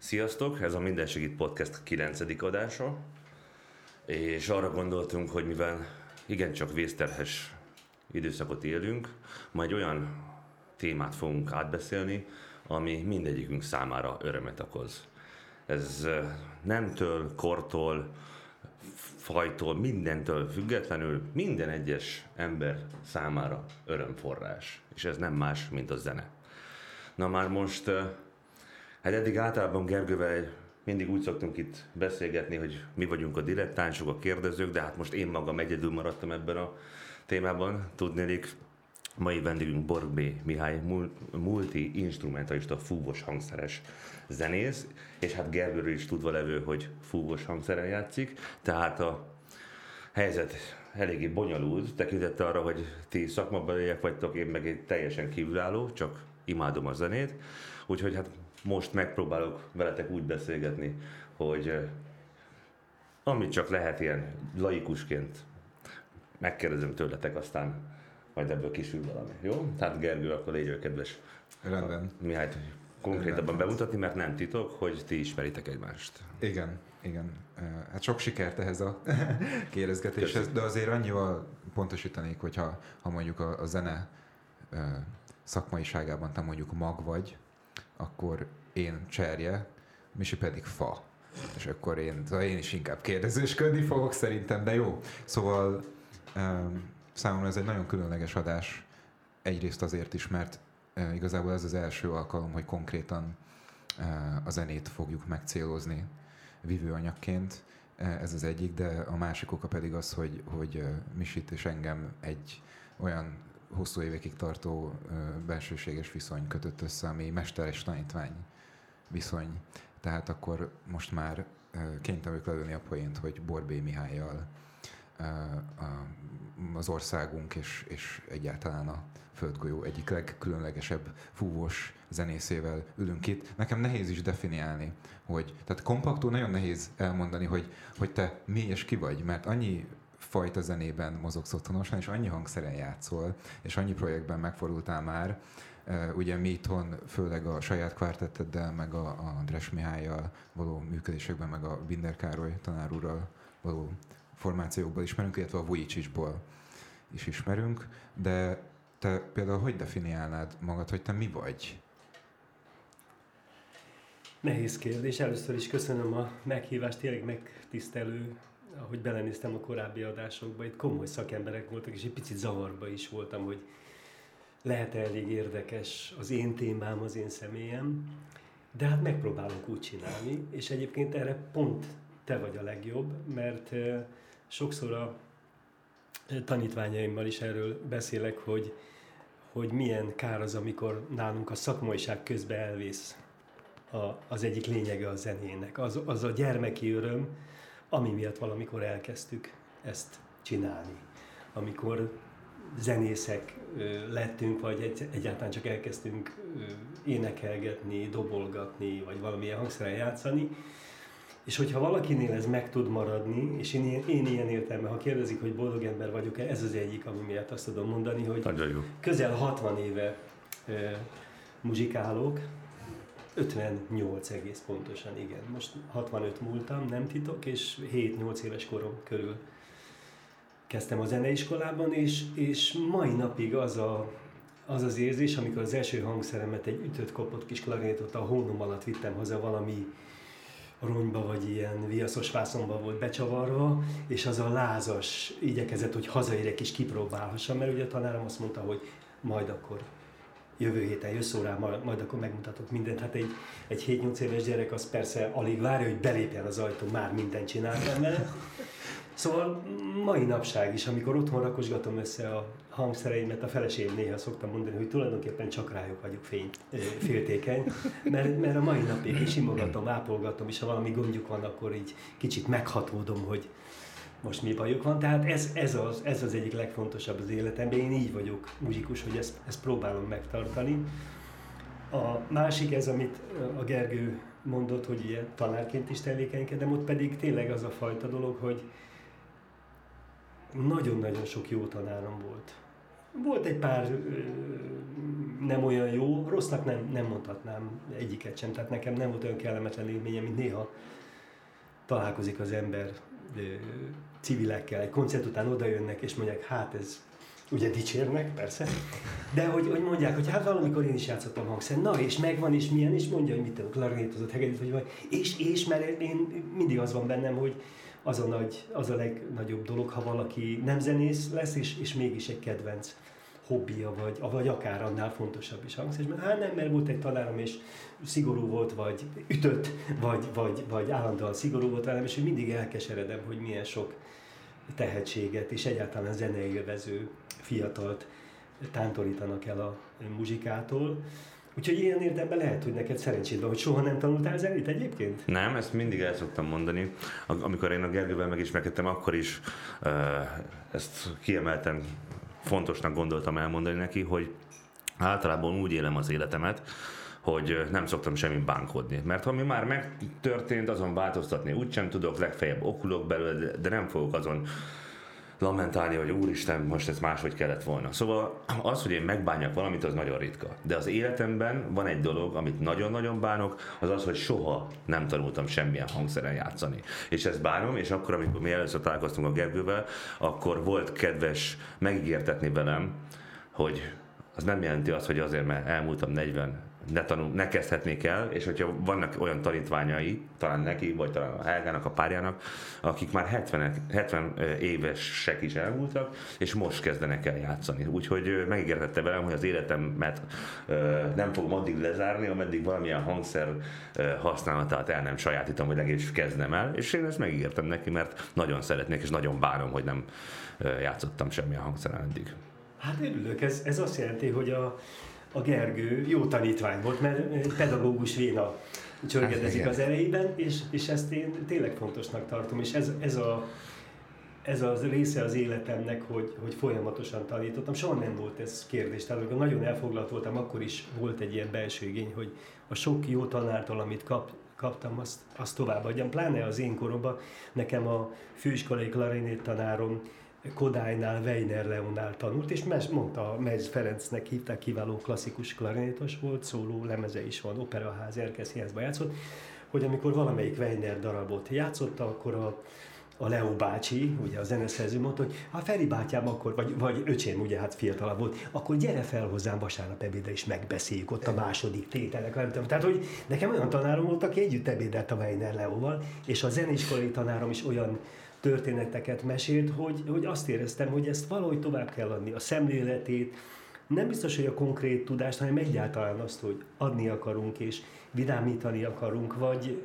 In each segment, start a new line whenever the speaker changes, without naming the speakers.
Sziasztok! Ez a Minden Segít Podcast 9. adása, és arra gondoltunk, hogy mivel igencsak vészterhes időszakot élünk, ma egy olyan témát fogunk átbeszélni, ami mindegyikünk számára örömet okoz. Ez nemtől, kortól, fajtól, mindentől függetlenül minden egyes ember számára örömforrás, és ez nem más, mint a zene. Na már most, hát eddig általában Gergővel mindig úgy szoktunk itt beszélgetni, hogy mi vagyunk a dilettánsok, a kérdezők, de hát most én magam egyedül maradtam ebben a témában. Tudnélik, mai vendégünk Borbély Mihály, multi-instrumentalista, fúvós hangszeres zenész, és hát Gergőről is tudva levő, hogy fúvós hangszeren játszik, tehát a helyzet eléggé bonyolult, tekintettel arra, hogy ti szakmabeliek vagytok, én meg egy teljesen kívülálló, csak imádom a zenét, úgyhogy hát most megpróbálok veletek úgy beszélgetni, hogy amit csak lehet ilyen laikusként megkérdezem tőletek, aztán majd ebből kisül valami, jó? Tehát Gergő, akkor légy kedves.
Rendben.
Mihályt konkrétabban bemutatni, mert nem titok, hogy ti ismeritek egymást.
Igen. Hát sok sikert ehhez a kérdezgetéshez, de azért annyival pontosítanék, hogy ha mondjuk a zene szakmaiságában te mondjuk mag vagy, akkor én cserje, Misi pedig fa. És akkor én is inkább kérdezősködni fogok szerintem, de jó. Szóval számomra ez egy nagyon különleges adás. Egyrészt azért is, mert igazából ez az első alkalom, hogy konkrétan a zenét fogjuk megcélozni vívőanyagként. Ez az egyik, de a másik oka pedig az, hogy Misit és engem egy olyan hosszú évekig tartó bensőséges viszony kötött össze, ami mester és tanítvány viszony. Tehát akkor most már kénytelen vagyok lelőni a poént, hogy Borbély Mihállyal az országunk és egyáltalán a földgolyó egyik legkülönlegesebb fúvós zenészével ülünk itt. Nekem nehéz is definiálni, tehát kompaktul nagyon nehéz elmondani, hogy te mi és ki vagy, mert annyi fajta zenében mozogsz otthonosan, és annyi hangszeren játszol, és annyi projektben megfordultál már. Ugye mi itthon főleg a saját kvártetteddel, meg a Dres Mihállyal való működésekben, meg a Binder Károly tanár úrral való formációkból ismerünk, illetve a Vujicicsból is ismerünk, de te például hogy definiálnád magad, hogy te mi vagy?
Nehéz kérdés. Először is köszönöm a meghívást, tényleg megtisztelő, ahogy belenéztem a korábbi adásokba, itt komoly szakemberek voltak, és egy picit zavarba is voltam, hogy lehet elég érdekes az én témám, az én személyem, de hát megpróbálunk úgy csinálni, és egyébként erre pont te vagy a legjobb, mert sokszor a tanítványaimmal is erről beszélek, hogy milyen kár az, amikor nálunk a szakmaiság közben elvész az egyik lényege a zenének. Az a gyermeki öröm, ami miatt valamikor elkezdtük ezt csinálni. Amikor zenészek lettünk, vagy egyáltalán csak elkezdtünk énekelgetni, dobolgatni, vagy valamilyen hangszeren játszani, és hogyha valakinél ez meg tud maradni, és én ilyen értelemben, ha kérdezik, hogy boldog ember vagyok-e, ez az egyik, ami miatt azt tudom mondani, hogy közel 60 éve muzsikálok, 58 egész pontosan, igen. Most 65 múltam, nem titok, és 7-8 éves korom körül kezdtem a zeneiskolában, és mai napig az az érzés, amikor az első hangszeremet, egy ütött kopott kis klarinétot a hónom alatt vittem haza, valami ronyba vagy ilyen viaszos vászonba volt becsavarva, és az a lázas igyekezett, hogy hazaérek és kipróbálhassam, mert ugye a tanárom azt mondta, hogy majd akkor jövő héten jössz rá, majd akkor megmutatok mindent. Hát egy 7-8 éves gyerek az persze alig várja, hogy belépjen az ajtón, már mindent csináltam vele. Szóval mai napság is, amikor otthon rakosgatom össze a hangszereimet, a feleségem néha szoktam mondani, hogy tulajdonképpen csak rájuk vagyok féltékeny, mert a mai napig is simogatom, ápolgatom, és ha valami gondjuk van, akkor így kicsit meghatódom, hogy most mi bajuk van. Tehát ez az egyik legfontosabb az életemben. Én így vagyok muzsikus, hogy ezt próbálom megtartani. A másik ez, amit a Gergő mondott, hogy ilyen tanárként is tevékenykedem, ott pedig tényleg az a fajta dolog, hogy nagyon-nagyon sok jó tanárom volt. Volt egy pár nem olyan jó, rossznak nem mondhatnám egyiket sem, tehát nekem nem volt olyan kellemetlen élményem, mint néha találkozik az ember civilekkel, egy koncert után oda jönnek és mondják, hát ez ugye dicsérnek, persze, de hogy mondják, hogy hát valamikor én is játszottam hangszer, na és megvan, és milyen, és mondja, hogy mit tudom, klarinétozott, hegedűt, vagy és mert én mindig az van bennem, hogy az a legnagyobb dolog, ha valaki nem zenész lesz, és mégis egy kedvenc hobbija, vagy akár annál fontosabb is hangszer, mert volt egy tanárom, és szigorú volt, vagy ütött, vagy állandóan szigorú volt velem, és hogy mindig elkeseredem, hogy milyen sok tehetséget, és egyáltalán zeneélvező fiatalt tántorítanak el a muzsikától. Úgyhogy ilyen értelemben lehet, hogy neked szerencséd van, hogy soha nem tanultál zenét egyébként?
Nem, ezt mindig el szoktam mondani. Amikor én a Gergővel megismerkedtem, akkor is ezt kiemelten fontosnak gondoltam elmondani neki, hogy általában úgy élem az életemet, hogy nem szoktam semmi bánkodni. Mert ami már megtörtént, azon változtatni úgysem tudok, legfeljebb okulok belőle, de nem fogok azon lamentálni, hogy úristen, most ez máshogy kellett volna. Szóval az, hogy én megbánjak valamit, az nagyon ritka. De az életemben van egy dolog, amit nagyon-nagyon bánok, az az, hogy soha nem tanultam semmilyen hangszeren játszani. És ezt bánom, és akkor, amikor mi először találkoztunk a Gergővel, akkor volt kedves megígértetni velem, hogy az nem jelenti azt, hogy azért, mert elmúltam 40, ne kezdhetnék el, és hogyha vannak olyan tanítványai, talán neki, vagy talán a Helgának, a párjának, akik már 70 évesek is elmúltak, és most kezdenek el játszani. Úgyhogy megígértette velem, hogy az életemet nem fogom addig lezárni, ameddig valamilyen hangszer használatát el nem sajátítom, vagy legalábbis kezdem el, és én ezt megígértem neki, mert nagyon szeretnék, és nagyon bánom, hogy nem játszottam semmilyen hangszeren eddig.
Hát örülök, ez azt jelenti, hogy a Gergő jó tanítvány volt, mert pedagógus véna csörgedezik az elejében, és ezt én tényleg fontosnak tartom, és ez az része az életemnek, hogy folyamatosan tanítottam. Soha nem volt ez kérdés, tehát amikor nagyon elfoglalt voltam, akkor is volt egy ilyen belső igény, hogy a sok jó tanártól, amit kaptam, azt továbbadjam. Pláne az én koromban nekem a főiskolai klarinét tanárom Kodálynál, Weiner Leonnál tanult, és mondta, Mezs Ferencnek hívták, kiváló klasszikus klarinétos volt, szóló lemeze is van, operaház, Erkeszínházban játszott, hogy amikor valamelyik Weiner darabot játszotta, akkor a Leo bácsi, ugye a zeneszerző mondta, hogy a Feri bátyám akkor, vagy öcsém, ugye hát fiatalabb volt, akkor gyere fel hozzám vasárnap ebédre és megbeszéljük ott a második tételek. Tehát, hogy nekem olyan tanárom volt, aki együtt ebédelt a Weiner Leóval, és a zeneiskolai tanárom is olyan történeteket mesélt, hogy azt éreztem, hogy ezt valahogy tovább kell adni, a szemléletét, nem biztos, hogy a konkrét tudást, hanem egyáltalán azt, hogy adni akarunk és vidámítani akarunk, vagy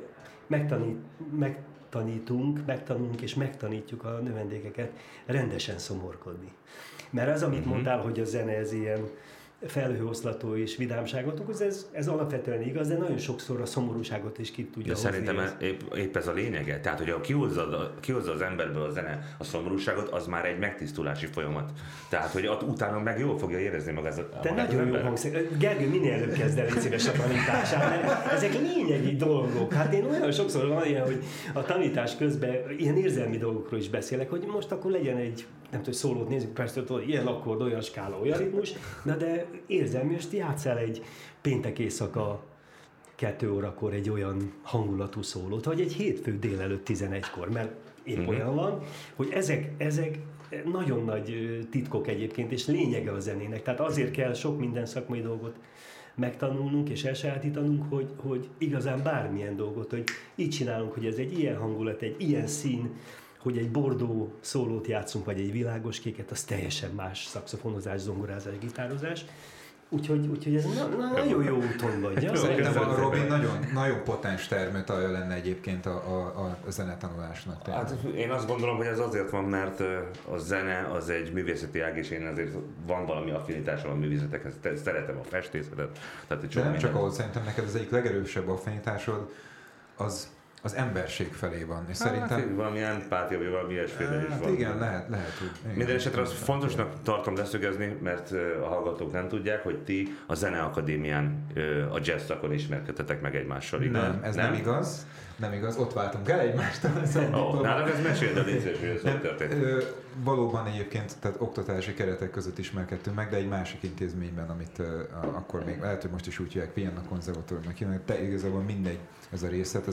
megtanulunk és megtanítjuk a növendékeket rendesen szomorkodni. Mert az, amit mondtál, hogy a zene ez ilyen felhőoszlató és vidámságot okoz, ez alapvetően igaz, de nagyon sokszor a szomorúságot is ki tudja hozni.
Szerintem épp ez a lényege. Tehát, hogy kihozza az emberből a zene a szomorúságot, az már egy megtisztulási folyamat. Tehát, hogy utána meg jól fogja érezni maga ez
Te nagyon jó hangzik. Gergő, minél előbb kezd el, légy szíves a tanítását, mert ezek lényegi dolgok. Hát én olyan sokszor van ilyen, hogy a tanítás közben ilyen érzelmi dolgokról is beszélek, hogy most akkor legyen egy, nem tudom, szólót nézzük, persze, hogy ilyen akkord, olyan skála, olyan ritmus, de érzelmi, most játsz el egy péntek éjszaka 2 órakor egy olyan hangulatú szólót, vagy egy hétfő délelőtt 11-kor, mert épp olyan van, hogy ezek nagyon nagy titkok egyébként, és lényege a zenének. Tehát azért kell sok minden szakmai dolgot megtanulnunk és elsajátítanunk, hogy igazán bármilyen dolgot, hogy így csinálunk, hogy ez egy ilyen hangulat, egy ilyen szín, hogy egy bordó szólót játszunk, vagy egy világos kéket, az teljesen más szaxofonozás, zongorázás, gitározás. Úgyhogy ez nagyon jó úton vagy. Ja?
Szerintem a Robin nagyon potens termőtalja lenne egyébként a zenetanulásnak.
Hát én azt gondolom, hogy ez azért van, mert a zene az egy művészeti ág, és én azért van valami affinitásom a művészetekhez. Szeretem a festészetet.
De nem csak ahhoz, szerintem neked az egyik legerősebb affinitásod az az emberség felé van. És
szerintem valami empátia, vagy valami ilyesféle is van.
Igen, lehet úgy.
Minden esetre azt fontosnak tartom leszögezni, mert a hallgatók nem tudják, hogy ti a Zeneakadémián a jazz szakon ismerkedtetek meg egymással, igaz?
Nem, ez nem igaz. Nem igaz, ott váltunk el egymástól.
Nálad ez meséld a létszés, hogy ez ott történt.
Valóban egyébként, tehát oktatási keretek között ismerkedtünk meg, de egy másik intézményben, amit akkor még, lehet, hogy most is úgy hívják, Vienna konzervatóriumnak hívnak, de igazából mindegy ez a részlet,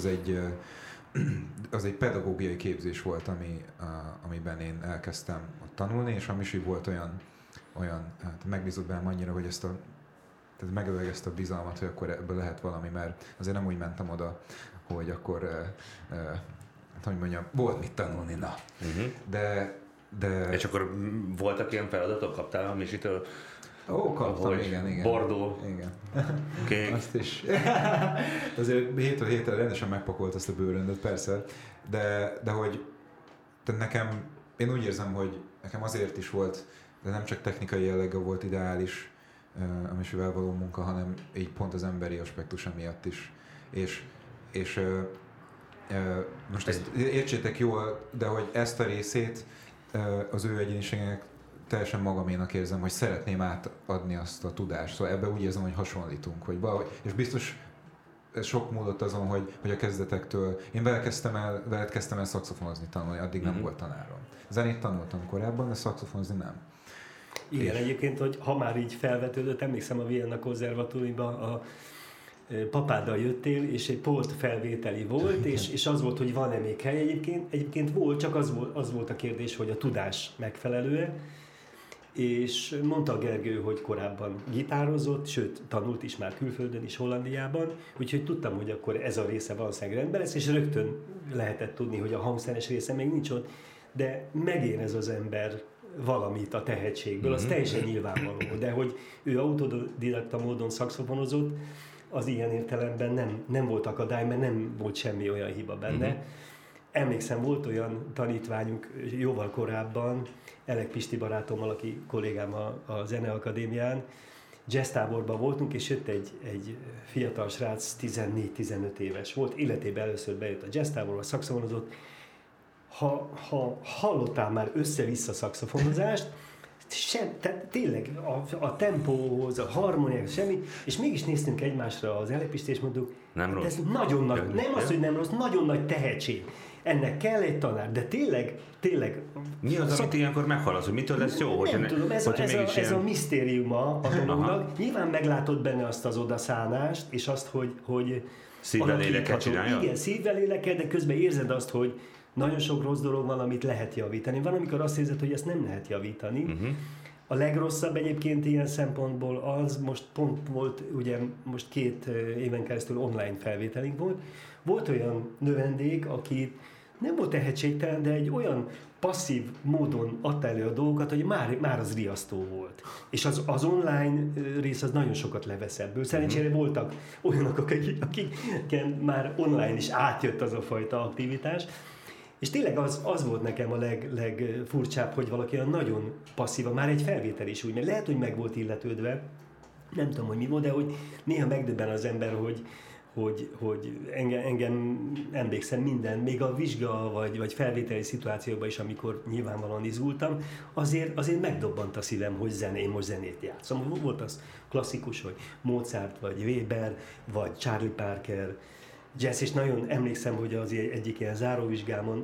az egy pedagógiai képzés volt, amiben én elkezdtem ott tanulni, és a Misi volt olyan hát megbízott bennem annyira, hogy tehát megöveg ezt a bizalmat, hogy akkor ebből lehet valami, mert azért nem úgy mentem oda, hogy akkor, hogy mondjam, volt mit tanulni, na. De...
És akkor voltak ilyen feladatok, kaptál a Misitől?
Kaptam, igen.
Bordó.
Igen.
Kék.
Azt is. Azért hétről hétre rendesen megpakolt azt a bőröndöt, persze, de hogy nekem, én úgy érzem, hogy nekem azért is volt, de nem csak technikai jellege volt ideális a Misivel való munka, hanem így pont az emberi aspektusa miatt is. És most ezt értsétek jól, de hogy ezt a részét az ő egyéniségének teljesen magaménak érzem, hogy szeretném átadni azt a tudást. Szóval ebben úgy érzem, hogy hasonlítunk. Hogy valahogy, és biztos sok múlott azon, hogy a kezdetektől... Én veled kezdtem el szaxofonozni tanulni, addig nem volt tanárom. Zenét tanultam korábban, de szaxofonozni nem.
Igen, egyébként, hogy ha már így felvetődött, emlékszem a Vienna konzervatóriumban a papáddal jöttél, és egy pót felvételi volt, és az volt, hogy van-e még hely egyébként volt, csak az volt a kérdés, hogy a tudás megfelelő-e, és mondta Gergő, hogy korábban gitározott, sőt, tanult is már külföldön is, Hollandiában, úgyhogy tudtam, hogy akkor ez a része valószínűleg rendben lesz, és rögtön lehetett tudni, hogy a hangszeres része még nincs ott, de megérez az ember valamit a tehetségből, az teljesen nyilvánvaló, de hogy ő autodidakta módon szaxofonozott, az ilyen értelemben nem volt akadály, mert nem volt semmi olyan hiba benne. Emlékszem, volt olyan tanítványunk jóval korábban, Elek Pisti barátommal, aki kollégám a Zeneakadémián, jazz táborban voltunk, és jött egy fiatal srác, 14-15 éves volt, életében először bejött a jazz táborba, szaxofonozott. Ha hallottál már össze-vissza szaxofonozást, tehát tényleg a tempóhoz, a harmóniához semmi, és mégis néztünk egymásra az Elek Pisti, és mondtuk,
nem rossz.
Ez nagyon nagy, nem az, hogy nem rossz, nagyon nagy tehetség. Ennek kell egy tanár, de tényleg...
Mi az, amit ilyenkor meghallasz, hogy mitől lesz jó?
Nem tudom, ez a misztériuma a dolognak. Nyilván meglátod benne azt az odaszánást, és azt, hogy
szívvel lélekkel csinálja?
Igen, szívvel lélekkel, de közben érzed azt, hogy nagyon sok rossz dolog van, amit lehet javítani. Van, amikor azt érzed, hogy ezt nem lehet javítani. A legrosszabb egyébként ilyen szempontból az, most pont volt, ugye most 2 éven keresztül online felvételünk volt, volt olyan növendék, aki nem volt tehetségtelen, de egy olyan passzív módon adta elő a dolgokat, hogy már az riasztó volt. És az online rész az nagyon sokat levesz ebből. Szerencsére voltak olyanok, akik már online is átjött az a fajta aktivitás. És tényleg az volt nekem a legfurcsább, hogy valaki olyan nagyon passzíva, már egy felvétel is úgy, mert lehet, hogy meg volt illetődve, nem tudom, hogy mi volt, de hogy néha megdöbben az ember, hogy engem emlékszem minden, még a vizsga vagy felvételi szituációban is, amikor nyilvánvalóan izgultam, azért megdobbant a szívem, hogy én most zenét játszom. Volt az klasszikus, hogy Mozart, vagy Weber, vagy Charlie Parker, jazz, és nagyon emlékszem, hogy az egyik ilyen záróvizsgámon,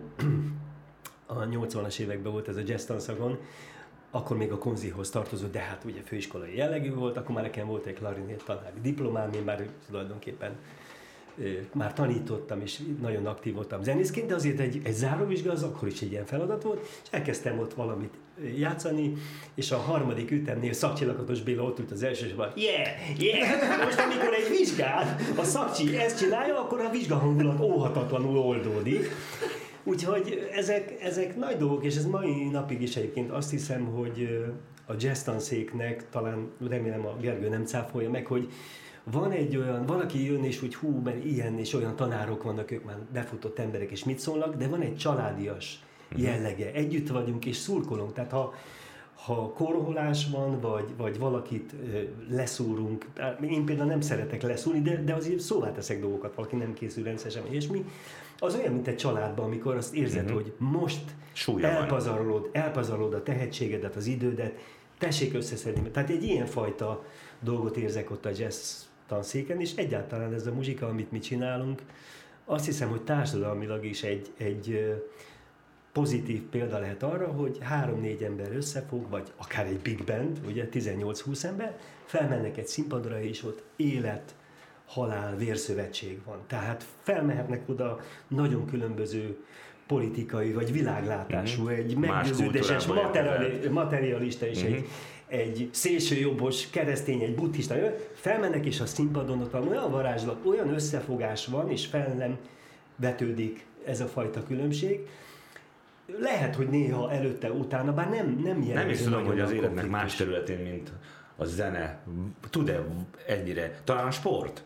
a 80-as években volt ez a jazz tanszakon, akkor még a konzihoz tartozott, de hát ugye főiskolai jellegű volt, akkor már nekem volt egy klarinét tanári diplomám, én már tulajdonképpen már tanítottam, és nagyon aktív voltam zenészként, de azért egy záróvizsga az akkor is egy ilyen feladat volt, és elkezdtem ott valamit játszani, és a harmadik ütemnél Szakcsi Béla ott ült az elsősorban, yeah! Most amikor egy vizsgát a Szakcsi ezt csinálja, akkor a vizsgahangulat óhatatlanul oldódik. Úgyhogy ezek nagy dolgok, és ez mai napig is egyébként azt hiszem, hogy a jazz tanszéknek, talán remélem a Gergő nem cáfolja meg, hogy van egy olyan, valaki jön és úgy mert ilyen és olyan tanárok vannak, ők már befutott emberek és mit szólnak, de van egy családias jellege. Együtt vagyunk és szurkolunk. Tehát ha korholás van, vagy valakit leszúrunk, én például nem szeretek leszúrni, de azért szóvá teszek dolgokat, valaki nem készül rendszeresen, és mi, az olyan, mint egy családban, amikor azt érzed, hogy most elpazarolod a tehetségedet, az idődet, tessék összeszedni. Tehát egy ilyenfajta dolgot érzek ott a jazz tanszéken, és egyáltalán ez a muzsika, amit mi csinálunk, azt hiszem, hogy társadalmilag is egy pozitív példa lehet arra, hogy 3-4 ember összefog, vagy akár egy big band, ugye 18-20 ember, felmennek egy színpadra, és ott élet, halál, vérszövetség van. Tehát felmehetnek oda nagyon különböző politikai vagy világlátású, egy meggyőződéses materialista és egy szélsőjobbos keresztény, egy buddhista, felmennek, és a színpadon ott van olyan varázslat, olyan összefogás van, és fel nem vetődik ez a fajta különbség. Lehet, hogy néha előtte, utána, bár nem jelenti.
Nem is tudom, hogy az életnek más területén, mint a zene, tud-e ennyire, talán a sport?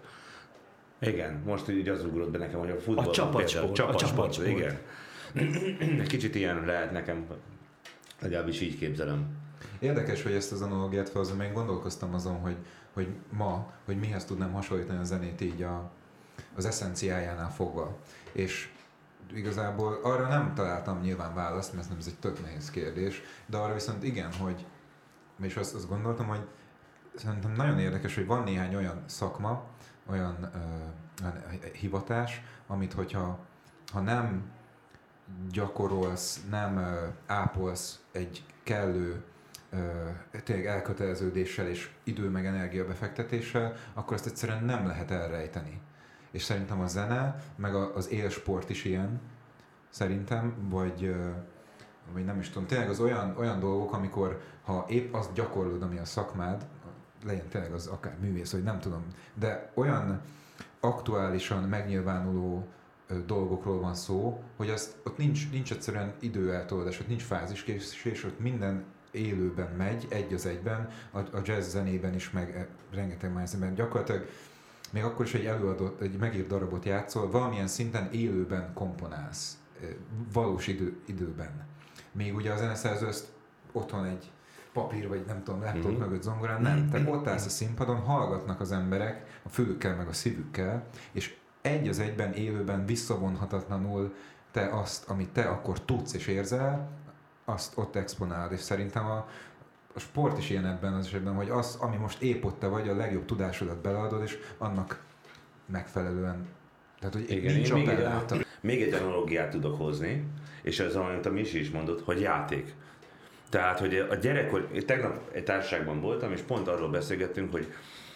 Igen, most így az ugrott be nekem, hogy a futball.
A csapatsport.
Igen. Kicsit ilyen lehet nekem, legalábbis így képzelem.
Érdekes, hogy ezt az analógiát felhozom, én gondolkoztam azon, hogy mihez tudnám hasonlítani a zenét így az eszenciájánál fogva. És igazából arra nem találtam nyilván választ, mert ez egy tök nehéz kérdés, de arra viszont igen, hogy, és azt gondoltam, hogy szerintem nagyon érdekes, hogy van néhány olyan szakma, olyan hivatás, amit hogyha nem gyakorolsz, nem ápolsz egy kellő tényleg elköteleződéssel és idő meg energia befektetéssel, akkor ezt egyszerűen nem lehet elrejteni. És szerintem a zene, meg az élsport is ilyen, szerintem, vagy nem is tudom, tényleg az olyan dolgok, amikor ha épp azt gyakorlod, ami a szakmád, legyen tényleg az akár művész, vagy nem tudom, de olyan aktuálisan megnyilvánuló dolgokról van szó, hogy ott nincs egyszerűen időeltolódás, ott nincs fáziskésés, ott minden élőben megy, egy az egyben, a jazz zenében is, meg rengeteg más zenében. Gyakorlatilag még akkor is, hogy előadott, egy megírt darabot játszol, valamilyen szinten élőben komponálsz, valós időben. Még ugye a zeneszerző ezt otthon egy papír, vagy nem tudom, laptop mögött zongorán, nem. Te ott állsz a színpadon, hallgatnak az emberek a fülükkel, meg a szívükkel, és egy az egyben élőben visszavonhatatlanul te azt, amit te akkor tudsz és érzel, azt ott exponálod, és szerintem a sport is ilyen ebben az esetben, hogy az, ami most épp ott te vagy, a legjobb tudásodat beleadod, és annak megfelelően, tehát hogy
igen,
nincs appelláta.
Még egy analógiát tudok hozni, és ez amit a Misi is mondott, hogy játék. Tehát, hogy a gyerekkor, tegnap egy társaságban voltam, és pont arról beszélgettünk, hogy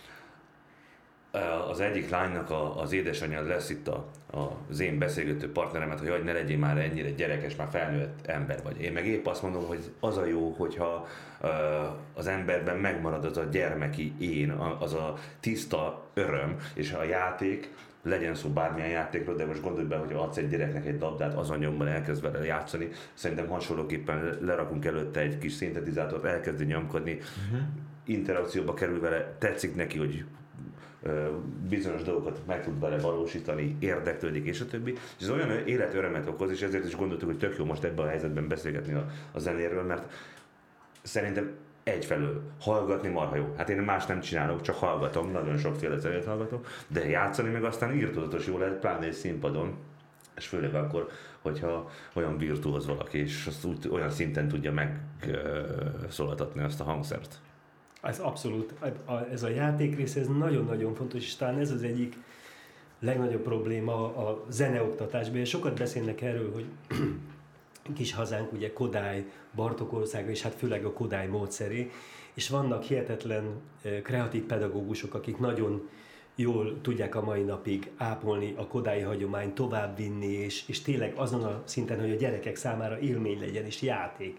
az egyik lánynak az édesanyja lesz itt az én beszélgető partneremet, hogy ne legyél már ennyire gyerekes, már felnőtt ember vagy. Én meg épp azt mondom, hogy az a jó, hogyha az emberben megmarad az a gyermeki én, az a tiszta öröm, és a játék, legyen szó bármilyen játékról, de most gondolj be, hogy adsz egy gyereknek egy labdát, azon nyomban elkezd vele játszani, szerintem hasonlóképpen lerakunk előtte egy kis szintetizátort, elkezdi nyomkodni, interakcióba kerül vele, tetszik neki, hogy bizonyos dolgokat meg tud vele valósítani, érdeklődik, és a többi. És ez olyan életörömet okoz, és ezért is gondoltuk, hogy tök jó most ebben a helyzetben beszélgetni a zenéről, mert szerintem egyfelől hallgatni marha jó. Hát én más nem csinálok, csak hallgatom, nagyon sokféle zenét hallgatok, de játszani meg aztán írtózatos jó lehet, pláne egy színpadon, és főleg akkor, hogyha olyan virtuóz valaki, és azt olyan szinten tudja megszólaltatni azt a hangszert.
Ez abszolút, ez a játékrész, ez nagyon-nagyon fontos, és talán ez az egyik legnagyobb probléma a zeneoktatásban, és sokat beszélnek erről, hogy kis hazánk, ugye Kodály, Bartókország, és hát főleg a Kodály módszeré, és vannak hihetetlen kreatív pedagógusok, akik nagyon jól tudják a mai napig ápolni a kodályi hagyományt, továbbvinni, és tényleg azon a szinten, hogy a gyerekek számára élmény legyen, és játék.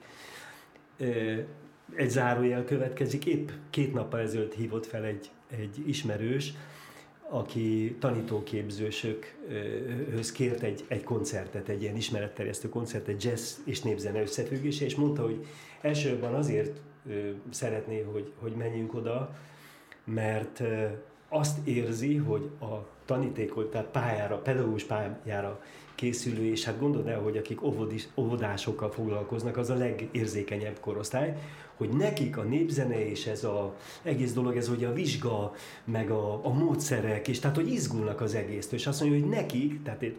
Egy zárójel következik, épp 2 nappal ezelőtt hívott fel egy ismerős, aki tanítóképzősökhöz kért egy koncertet, egy ilyen ismeretterjesztő koncertet, jazz és népzene összefüggése, és mondta, hogy elsősorban azért szeretné, hogy menjünk oda, mert azt érzi, hogy a tanítékony, tehát pályára, pedagógus pályára készülő, és hát gondold el, hogy akik óvodásokkal foglalkoznak, az a legérzékenyebb korosztály, hogy nekik a népzene és ez az egész dolog, ez ugye a vizsga, meg a módszerek, és tehát hogy izgulnak az egésztől, és azt mondja, hogy nekik, tehát egy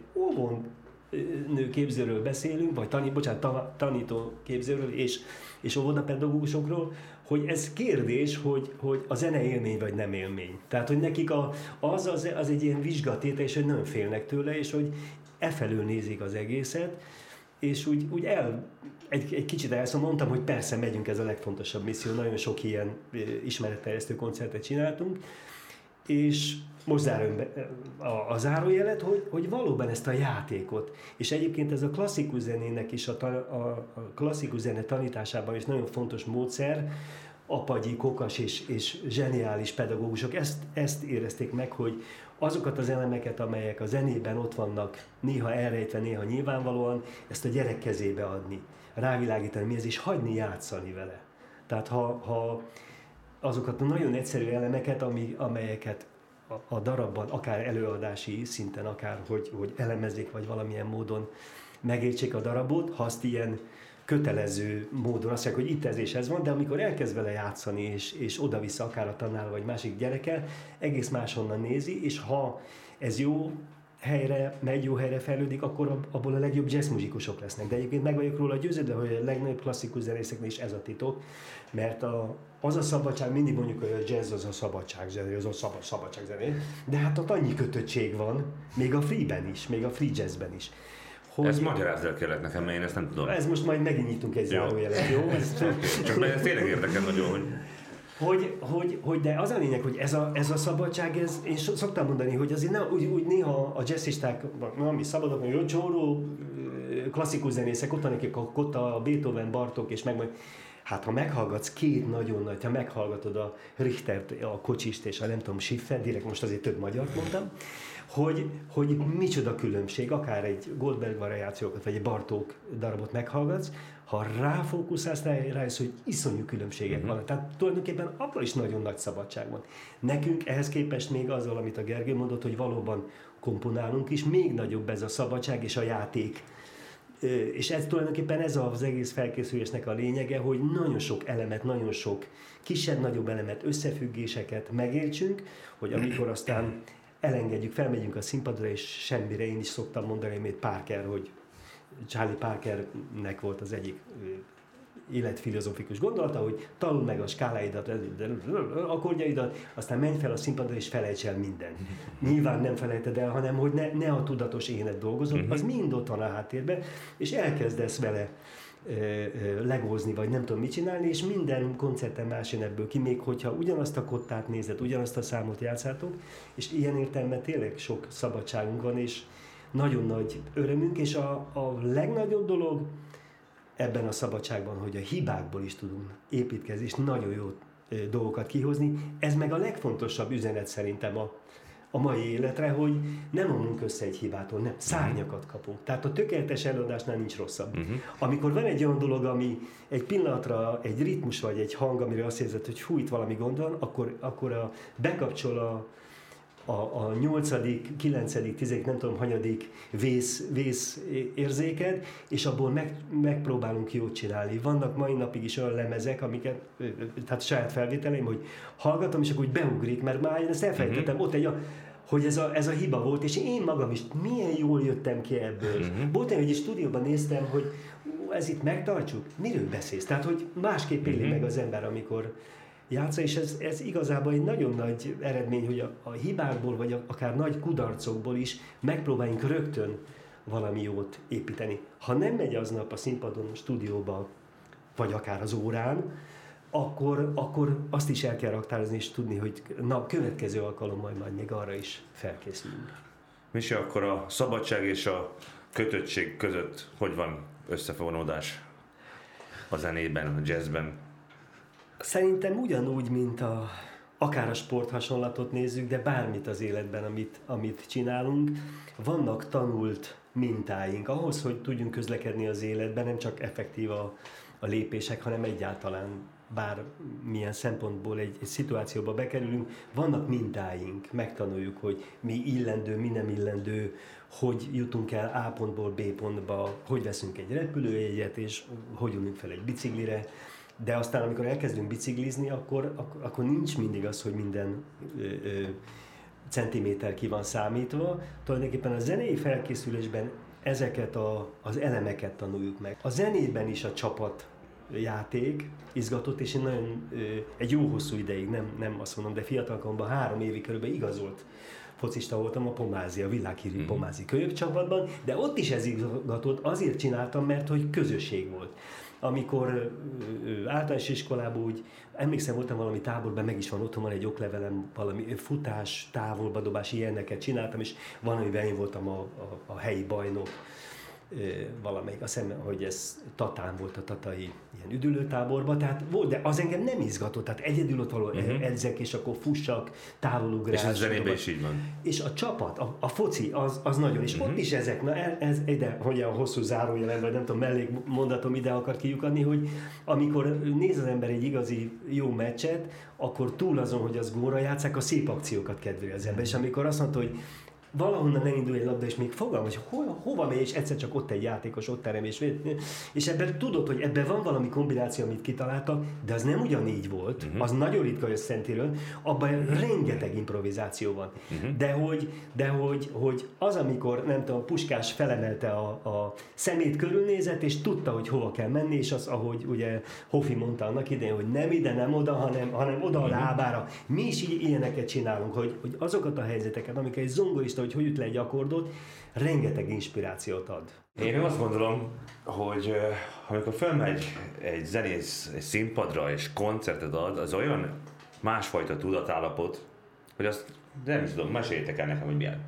óvónő képzőről beszélünk, vagy tanító képzőről és óvodapedagógusokról, hogy ez kérdés, hogy a zene élmény vagy nem élmény. Tehát, hogy nekik az egy ilyen vizsgatétel, és hogy nem félnek tőle, és hogy efelől nézik az egészet, és úgy egy kicsit mondtam, hogy persze megyünk, ez a legfontosabb misszió, nagyon sok ilyen ismeretterjesztő koncertet csináltunk, és most zárom a zárójelet, hogy valóban ezt a játékot, és egyébként ez a klasszikus zenének is, a klasszikus zene tanításában is nagyon fontos módszer, Apagyi, Kokas és zseniális pedagógusok ezt érezték meg, hogy azokat az elemeket, amelyek a zenében ott vannak, néha elrejtve, néha nyilvánvalóan, ezt a gyerek kezébe adni, rávilágítani mi ez, és hagyni játszani vele. Tehát ha azokat a nagyon egyszerű elemeket, amelyeket a darabban, akár előadási szinten, akár hogy elemezik, vagy valamilyen módon megértsék a darabot, ha azt ilyen kötelező módon azt mondják, hogy itt ez és ez van, de amikor elkezd vele játszani, és oda-vissza akár a tanár vagy másik gyerekkel, egész máshonnan nézi, és ha ez jó helyre fejlődik, akkor abból a legjobb jazzmuzikusok lesznek. De egyébként meg vagyok róla győződve, hogy a legnagyobb klasszikus zenészeknél is ez a titok, mert az a szabadság, mindig mondjuk, hogy a jazz az a szabadságzené, az a szabadságzené, de hát ott annyi kötöttség van, még a freeben is, még a free jazzben is.
Ezt magyarázd el kellett nekem, mert én ezt nem tudom.
Ez most majd megint nyitunk egy zárójelet, jó?
Csak ez tényleg érdekel nagyon,
hogy de az a lényeg, hogy ez a szabadság, én szoktam mondani, hogy azért úgy néha a jazzisták, mi szabadok, hogy csóró klasszikus zenészek, ott van nekik a Beethoven, Bartók, és hát ha meghallgatsz két nagyon nagy, ha meghallgatod a Richtert, a Kocsist és a nem tudom, Schiffer, direkt most azért több magyart mondtam, hogy micsoda különbség, akár egy Goldberg variációkat, vagy egy Bartók darabot meghallgatsz, ha ráfókuszálsz, rájössz, hogy iszonyú különbségek vannak. Tehát tulajdonképpen abban is nagyon nagy szabadság van. Nekünk ehhez képest még azzal, amit a Gergő mondott, hogy valóban komponálunk is, még nagyobb ez a szabadság és a játék. És ez tulajdonképpen ez az egész felkészülésnek a lényege, hogy nagyon sok elemet, nagyon sok kisebb-nagyobb elemet, összefüggésnek megértsünk, hogy amikor aztán elengedjük, felmegyünk a színpadra, és semmire, én is szoktam mondani, hogy Parker, hogy Charlie Parkernek volt az egyik életfilozófikus gondolata, hogy tanuld meg a skáláidat, akkordjaidat, aztán menj fel a színpadra, és felejts el mindent. Nyilván nem felejted el, hanem hogy ne a tudatos énet dolgozol, az mind ott van a háttérben, és elkezdesz vele legózni, vagy nem tudom mit csinálni, és minden koncerten más jön ebből ki, még hogyha ugyanazt a kottát nézed, ugyanazt a számot játszátok, és ilyen értelemben tényleg sok szabadságunk van, és nagyon nagy örömünk, és a legnagyobb dolog ebben a szabadságban, hogy a hibákból is tudunk építkezni, és nagyon jó dolgokat kihozni. Ez meg a legfontosabb üzenet szerintem a mai életre, hogy nem omlunk össze egy hibától, nem, szárnyakat kapunk. Tehát a tökéletes előadásnál nincs rosszabb. Amikor van egy olyan dolog, ami egy pillanatra egy ritmus vagy egy hang, amire azt érzed, hogy fú, itt valami gond van, akkor bekapcsol a 8., 9., 10., nem tudom, hanyadik vész érzéked, és abból megpróbálunk jót csinálni. Vannak mai napig is olyan lemezek, amiket, tehát saját felvételeim, hogy hallgatom, és akkor úgy beugrik, mert már én ezt elfelejtettem, ott hogy ez a hiba volt, és én magam is milyen jól jöttem ki ebből. Volt egy stúdióban néztem, hogy ez itt megtartsuk, miről beszélsz? Tehát, hogy másképp éli meg az ember, amikor játsza, és ez igazából egy nagyon nagy eredmény, hogy a hibákból, vagy akár nagy kudarcokból is megpróbáljunk rögtön valami jót építeni. Ha nem megy aznap a színpadon, a stúdióba, vagy akár az órán, akkor azt is el kell raktározni, és tudni, hogy na, következő alkalommal majd még arra is felkészülünk.
Misi, akkor a szabadság és a kötöttség között hogy van összefonódás a zenében, a jazzben?
Szerintem ugyanúgy, mint akár a sporthasonlatot nézzük, de bármit az életben, amit csinálunk, vannak tanult mintáink. Ahhoz, hogy tudjunk közlekedni az életben, nem csak effektív a lépések, hanem egyáltalán bármilyen szempontból egy szituációba bekerülünk, vannak mintáink, megtanuljuk, hogy mi illendő, mi nem illendő, hogy jutunk el A pontból B pontba, hogy veszünk egy repülőjegyet, és hogy ülünk fel egy biciklire, de aztán amikor elkezdünk biciklizni, akkor nincs mindig az, hogy minden centiméter ki van számítva. Tulajdonképpen a zenei felkészülésben ezeket az elemeket tanuljuk meg. A zenében is a csapatjáték izgatott, és én egy jó hosszú ideig, nem azt mondom, de fiatalkoromban 3 évig körülbelül igazolt focista voltam a Pomázi, a világhírű Pomázi kölyökcsapatban, de ott is ez izgatott, azért csináltam, mert hogy közösség volt. Amikor általános iskolában úgy, emlékszem, voltam valami táborban, meg is van otthon, van egy oklevelem, valami futás, távolba dobás, ilyeneket csináltam, és valamiben én voltam a helyi bajnok, valamelyik, azt hiszem, hogy ez Tatán volt, a tatai ilyen üdülőtáborban, tehát volt, de az engem nem izgatott, tehát egyedül ott való edzek, és akkor fussak, távolugrás.
És a zenében is így van.
És a csapat, a foci, az nagyon, és ott is ezek, na ez ide, hogy a hosszú zárójelen, vagy nem tudom, mellékmondatom ide akar kiukadni, hogy amikor néz az ember egy igazi jó meccset, akkor túl azon, hogy az gólra játsszák, a szép akciókat kedveli az ember, és amikor azt mondta, hogy valahonnan elindul egy labda, és még fogalm, hogy hova megy, és egyszer csak ott egy játékos, ott terem, és ebben tudod, hogy ebben van valami kombináció, amit kitaláltak, de az nem ugyanígy volt, az nagyon ritka, hogy a Szentéről, abban rengeteg improvizáció van. De hogy az, amikor, nem tudom, Puskás felemelte a szemét, körülnézett, és tudta, hogy hova kell menni, és az, ahogy ugye Hofi mondta annak idején, hogy nem ide, nem oda, hanem oda a lábára. Mi is ilyeneket csinálunk, hogy azokat a helyzeteket, amikor egy zongorista, hogy üt le egy akkordot, rengeteg inspirációt ad.
Én azt gondolom, hogy amikor felmegy egy zenész egy színpadra és koncertet ad, az olyan másfajta tudatállapot, hogy azt nem is tudom, meséljétek el nekem, hogy milyen.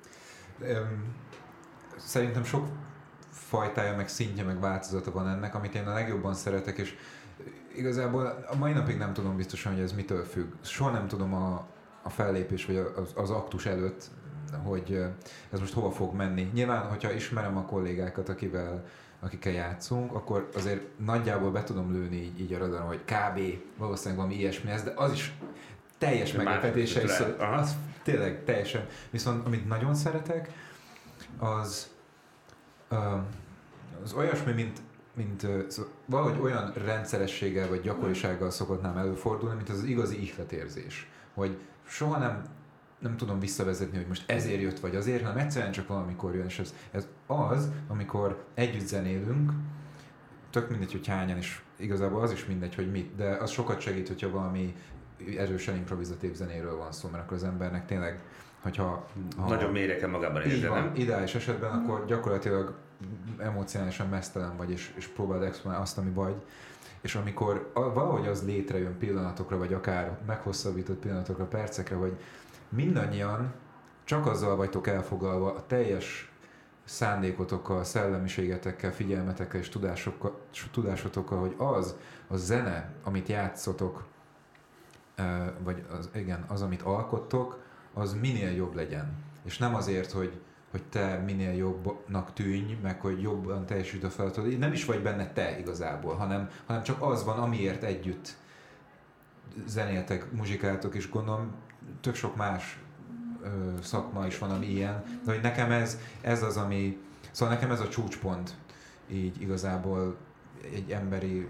Szerintem sok fajtája, meg szintje, meg változata van ennek, amit én a legjobban szeretek, és igazából a mai napig nem tudom biztosan, hogy ez mitől függ. Soha nem tudom a fellépés, vagy az aktus előtt, hogy ez most hova fog menni. Nyilván, hogyha ismerem a kollégákat, akikkel játszunk, akkor azért nagyjából be tudom lőni így a radaron, hogy kb. Valószínűleg valami ilyesmi ez, de az is teljes meglepetése is, az tényleg teljesen. Viszont amit nagyon szeretek, az olyasmi, mint valahogy olyan rendszerességgel vagy gyakorisággal szokott nem előfordulni, mint az igazi ihletérzés. Hogy soha nem tudom visszavezetni, hogy most ezért jött vagy azért, hanem egyszerűen csak valamikor jön, és ez az, amikor együtt zenélünk, tök mindegy, hogy hányan, és igazából az is mindegy, hogy mit, de az sokat segít, hogyha valami erősen improvizatív zenéről van szó, mert akkor az embernek tényleg, hogyha
nagyon mélyre kell magában érteni.
Ideális esetben, akkor gyakorlatilag emocionálisan meztelen vagy, és próbáld exponálni azt, ami vagy. És amikor valahogy az létrejön pillanatokra, vagy akár meghosszabbított pillanatokra, percekre, hogy mindannyian csak azzal vagytok elfoglalva, a teljes szándékotokkal, szellemiségetekkel, figyelmetekkel és tudásotokkal, hogy az a zene, amit játszotok, vagy az, amit alkottok, az minél jobb legyen. És nem azért, hogy te minél jobbnak tűnj, meg hogy jobban teljesítsd a feladatot. Nem is vagy benne te igazából, hanem csak az van, amiért együtt zenéltek, muzsikáltok, és gondolom tök sok más szakma is van, ami ilyen, de hogy nekem ez az, ami... Szóval nekem ez a csúcspont így igazából egy emberi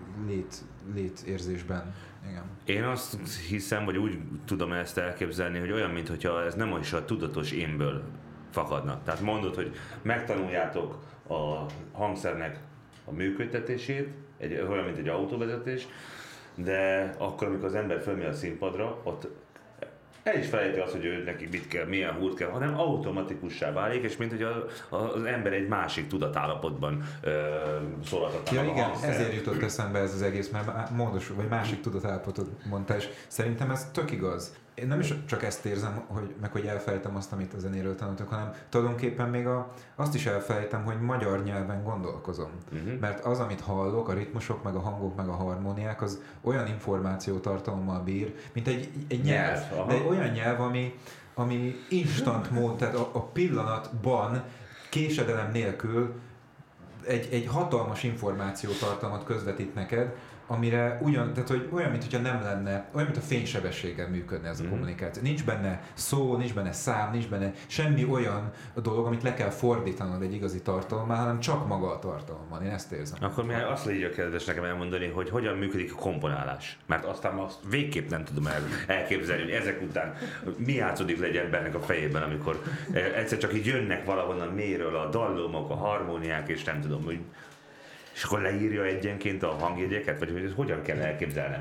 létérzésben. Igen.
Én azt hiszem, vagy úgy tudom ezt elképzelni, hogy olyan, mintha ez nem is a tudatos énből fakadna. Tehát mondod, hogy megtanuljátok a hangszernek a működtetését, olyan, mint egy autóvezetés, de akkor, amikor az ember fölmegy a színpadra, ott el is felejti azt, hogy ő neki mit kell, milyen húrt kell, hanem automatikussá válik, és mint hogy az ember egy másik tudatállapotban szólaltatná
ja,
a
igen,
hangszer.
ezért jutott eszembe ez az egész, mert módosul, vagy másik tudatállapotot mondta, és szerintem ez tök igaz. Én nem is csak ezt érzem, hogy elfelejtem azt, amit a zenéről tanultok, hanem tulajdonképpen még azt is elfelejtem, hogy magyar nyelven gondolkozom. Mert az, amit hallok, a ritmusok, meg a hangok, meg a harmóniák, az olyan információtartalommal bír, mint egy nyelv. De egy olyan nyelv, ami instant mód, tehát a pillanatban, késedelem nélkül egy hatalmas információtartalmat közvetít neked, amire tehát hogy olyan, mintha nem lenne, olyan, mint a fénysebességgel működne ez a kommunikáció. Nincs benne szó, nincs benne szám, nincs benne semmi olyan dolog, amit le kell fordítanod egy igazi tartalommal, hanem csak maga a tartalom van. Én ezt érzem.
Akkor mi azt légy a kedves nekem elmondani, hogy hogyan működik a komponálás. Mert aztán azt végképp nem tudom elképzelni, hogy ezek után mi játszódik le egy embernek a fejében, amikor egyszer csak így jönnek valahonnan mélyről a dallomok, a harmóniák, és nem tudom, hogy és akkor leírja egyenként a hangjegyeket, vagy hogy hogyan kell elképzelnem?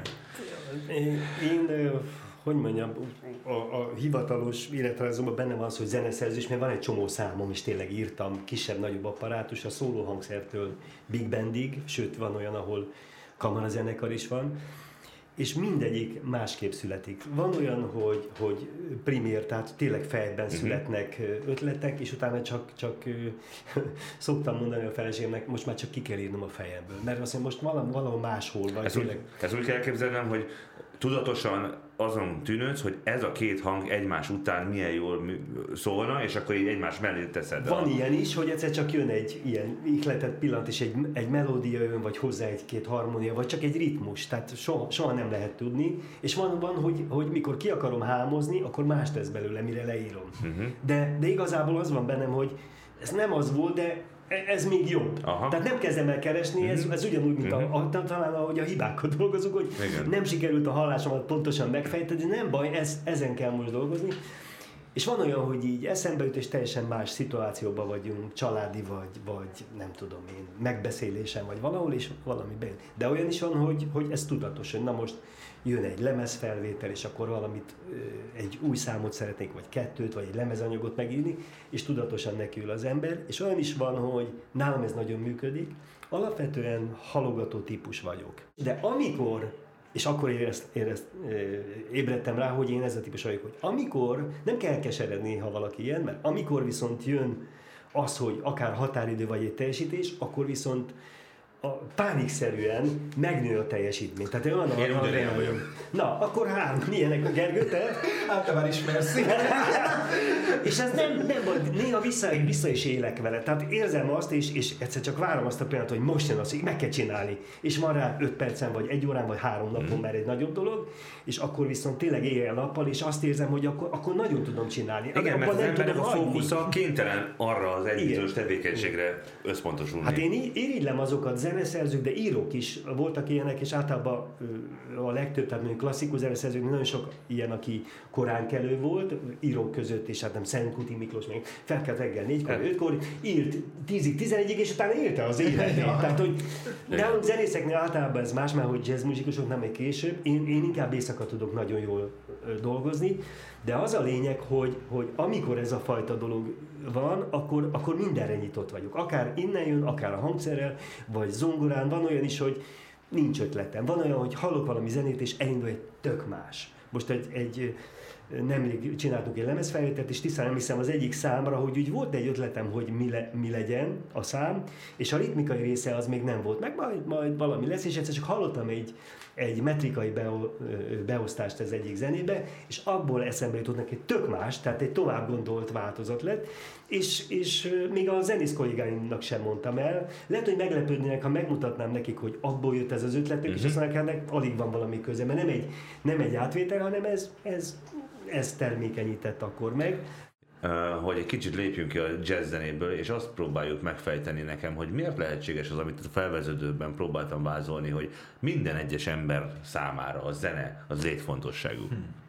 Én hogy mondjam, a hivatalos életrajzomban benne van az, hogy zeneszerzés, mert van egy csomó számom, és tényleg írtam kisebb-nagyobb apparátus, a szólóhangszertől big bandig, sőt van olyan, ahol kamarazenekar is van, és mindegyik másképp születik. Van olyan, hogy primér, tehát tényleg fejben születnek ötletek, és utána csak szoktam mondani a feleségemnek, most már csak ki kell írnom a fejemből, mert azt mondja, most valahol máshol vagy.
Ezt úgy kell elképzelnem, hogy tudatosan azon tűnődsz, hogy ez a két hang egymás után milyen jól szólna, és akkor így egymás mellé teszed.
Van ilyen is, hogy egyszer csak jön egy ilyen ihletett pillanat, és egy melódia jön, vagy hozzá egy-két harmónia, vagy csak egy ritmus, tehát soha nem lehet tudni, és van, hogy mikor ki akarom hámozni, akkor más tesz belőle, mire leírom. De igazából az van bennem, hogy ez nem az volt, de ez még jobb.
Aha.
Tehát nem kezdem el keresni, ez ugyanúgy, mint talán ahogy a hibákat dolgozunk, hogy
igen,
nem sikerült a hallásomat pontosan megfejteni, de nem baj, ezen kell most dolgozni. És van olyan, hogy így eszembe jut, és teljesen más szituációban vagyunk, családi vagy nem tudom én, megbeszélésen vagy valahol, és valami bejön. De olyan is van, hogy ez tudatos, hogy na most jön egy lemezfelvétel, és akkor valamit, egy új számot szeretnék, vagy kettőt, vagy egy lemezanyagot megírni, és tudatosan nekiül az ember. És olyan is van, hogy nálam ez nagyon működik, alapvetően halogató típus vagyok. De amikor, és akkor ébredtem rá, hogy én ez a típus vagyok, hogy amikor, nem kell elkeseredni, ha valaki ilyen, mert amikor viszont jön az, hogy akár határidő vagy egy teljesítés, akkor viszont pánikszerűen megnő a teljesítmény. Tehát én
ugyanilyen vagyok.
Na, akkor milyenek a Gergő, te?
Hát te már ismersz.
És ez nem vagy, néha vissza is élek vele. Tehát érzem azt, és egyszer csak várom azt a pillanatot, hogy most jön az, hogy meg kell csinálni. És van rá 5 percen, vagy 1 órán, vagy 3 napon már egy nagyobb dolog, és akkor viszont tényleg éjjel-nappal, és azt érzem, hogy akkor nagyon tudom csinálni.
Igen, mert az embernek a fókusza kénytelen arra az egy bizonyos tevékenységre összpontosulni.
Hát én irigylem azokat zeneszerzők, de írók is voltak ilyenek, és általában a legtöbb, tehát mondjuk klasszikus zeneszerzők, nagyon sok ilyen, aki korán kelő volt, írók között, és hát nem Szentkuti Miklós, meg felkelt reggel 4-kor, 5-kor, írt 10-ig, 11-ig, és utána élte az életét. Tehát, hogy nálunk zenészeknél általában ez más, mert hogy jazzmusikusok nem egy később, én inkább éjszaka tudok nagyon jól dolgozni, de az a lényeg, hogy amikor ez a fajta dolog van, akkor mindenre nyitott vagyok. Akár innen jön, akár a hangszerrel, vagy zongorán. Van olyan is, hogy nincs ötletem. Van olyan, hogy hallok valami zenét, és elindul egy tök más. Most nemrég csináltunk egy lemezfelvételt, és tisztán emlékszem az egyik számra, hogy úgy volt egy ötletem, hogy mi legyen a szám, és a ritmikai része az még nem volt meg, majd valami lesz, és egyszer csak hallottam egy metrikai beosztást az egyik zenébe, és abból eszembe jutott neki tök más, tehát egy tovább gondolt változat lett, és még a zenész kollégáimnak sem mondtam el. Lehet, hogy meglepődnének, ha megmutatnám nekik, hogy abból jött ez az ötletük, és azt mondják, hát alig van valami köze, mert nem egy átvétel, hanem ez termékenyített akkor meg.
Hogy egy kicsit lépjünk ki a jazz zenéből, és azt próbáljuk megfejteni nekem, hogy miért lehetséges az, amit a felvezetőben próbáltam vázolni, hogy minden egyes ember számára a zene az létfontosságú.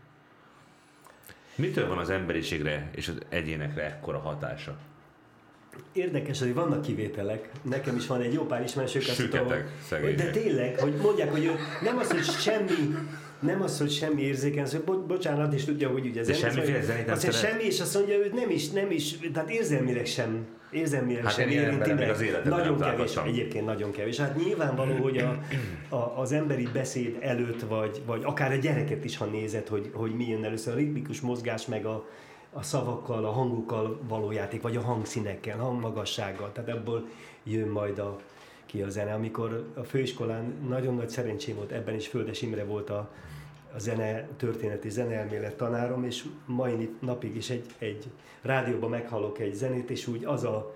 Mitől van az emberiségre és az egyénekre ekkora hatása?
Érdekes, hogy vannak kivételek. Nekem is van egy jó pár ismerősök, de tényleg, hogy mondják, hogy nem az, hogy semmi érzékenység, bocsánat, és tudja, hogy ugye
semmiféle zenét nem szeret.
Semmi, és azt mondja, hogy nem is, tehát érzelmileg sem
érinti meg.
Nagyon kevés, egyébként nagyon kevés. Hát nyilvánvaló, hogy az emberi beszéd előtt, vagy akár a gyereket is, ha nézed, hogy mi jön először, a ritmikus mozgás, meg a szavakkal, a hangokkal való játék, vagy a hangszínekkel, hangmagassággal, tehát ebből jön majd ki a zene. Amikor a főiskolán nagyon nagy szerencsém volt, ebben is Földes Imre volt a történeti zeneelmélet tanárom, és mai napig is egy rádióban meghallok egy zenét, és úgy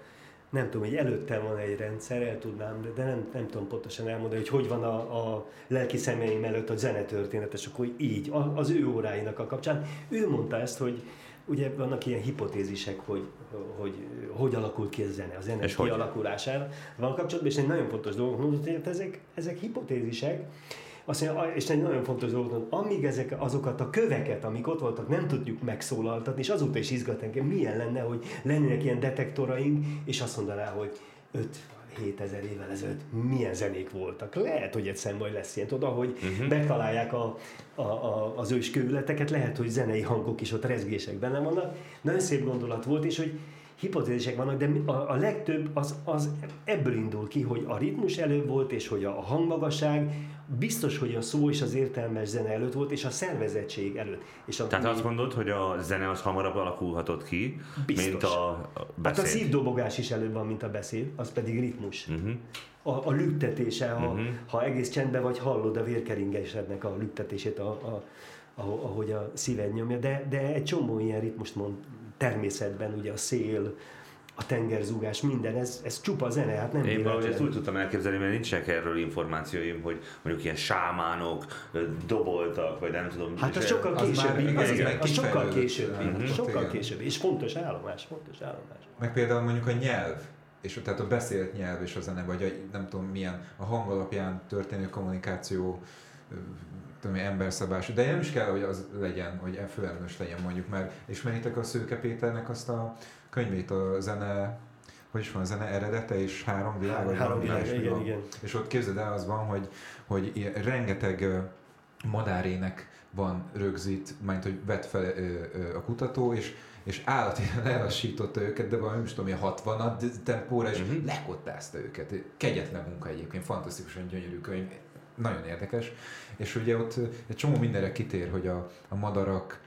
nem tudom, hogy előttem van egy rendszer, el tudnám, de nem tudom pontosan elmondani, hogy van a lelki szemeim előtt a zenetörténet, és akkor így, az ő óráinak a kapcsán. Ő mondta ezt, hogy ugye vannak ilyen hipotézisek, hogy alakult ki a zene kialakulására van kapcsolatban, és egy nagyon fontos dolgot mondott, hogy ezek hipotézisek, azt mondja, és egy nagyon fontos dolog, hogy amíg azokat a köveket, amik ott voltak, nem tudjuk megszólaltatni, és azóta is izgat engem, milyen lenne, hogy lennének ilyen detektoraink, és azt mondaná, hogy 5-7 ezer évvel ezelőtt milyen zenék voltak. Lehet, hogy egyszer majd lesz ilyen, oda, hogy megtalálják az ős kövületeket, lehet, hogy zenei hangok is ott rezgések benne vannak. Nagyon szép gondolat volt, és hogy hipotézisek vannak, de a legtöbb az ebből indul ki, hogy a ritmus előbb volt, és hogy a hangmagasság biztos, hogy a szó és az értelmes zene előtt volt, és a szervezettség előtt.
Tehát azt mondod, hogy a zene az hamarabb alakulhatott ki,
biztos.
Mint a beszéd?
Hát a szívdobogás is előbb van, mint a beszéd, az pedig ritmus. A lüktetése, ha egész csendben vagy, hallod a vérkeringesednek a lüktetését, ahogy a szíved nyomja, de egy csomó ilyen ritmust mond természetben, ugye a szél, a tengerzúgás, minden, ez csupa zene, hát nem
én valahogy ezt úgy tudtam elképzelni, mert nincsenek erről információim, hogy mondjuk ilyen sámánok doboltak, vagy nem tudom.
Hát az sokkal későbbi, sokkal későbbi, és fontos állomás.
Meg például mondjuk a nyelv, és tehát a beszélt nyelv és a zene, vagy nem tudom milyen, a hang alapján történő kommunikáció, emberszabású, de nem is kell, hogy az legyen, hogy főelmös legyen mondjuk, mert ismeritek a Szőke Péternek azt a könyvét, a zene, hogy is van, a zene eredete és 3 világ, vagy
három világ, igen.
És ott képzeld el, az van, hogy rengeteg madárének van rögzít, majd hogy vett fel a kutató, és állatilag lelassította őket, de valami, nem tudom, ilyen 60 tempóra, és lekottázta őket. Kegyetlen munka egyébként, fantasztikusan gyönyörű könyv, nagyon érdekes. És ugye ott egy csomó mindenre kitér, hogy a madarak,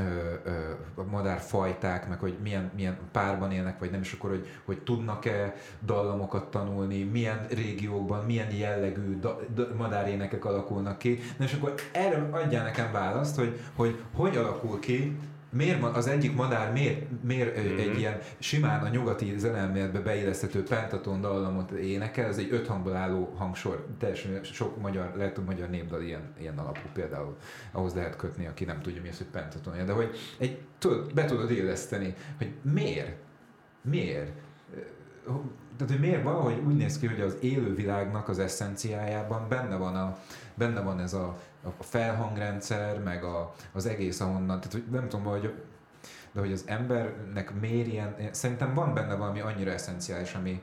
a madárfajták, meg hogy milyen párban élnek, vagy nem, és akkor, hogy tudnak-e dallamokat tanulni, milyen régiókban, milyen jellegű madárénekek alakulnak ki. Na és akkor erre adjál nekem választ, hogy alakul ki, miért az egyik madár miért egy ilyen simán a nyugati zeneelméletbe beilleszthető pentaton dallamot énekel, ez egy 5 hangból álló hangsor, teljesen sok magyar népdal ilyen alapú például, ahhoz lehet kötni, aki nem tudja mi az, hogy pentatonja, de hogy be tudod illeszteni, hogy miért? Tehát, hogy miért valahogy úgy néz ki, hogy az élő világnak az eszenciájában benne van ez a felhangrendszer, meg az egész ahonnan, tehát hogy nem tudom, de hogy az embernek miért ilyen, szerintem van benne valami annyira eszenciális, ami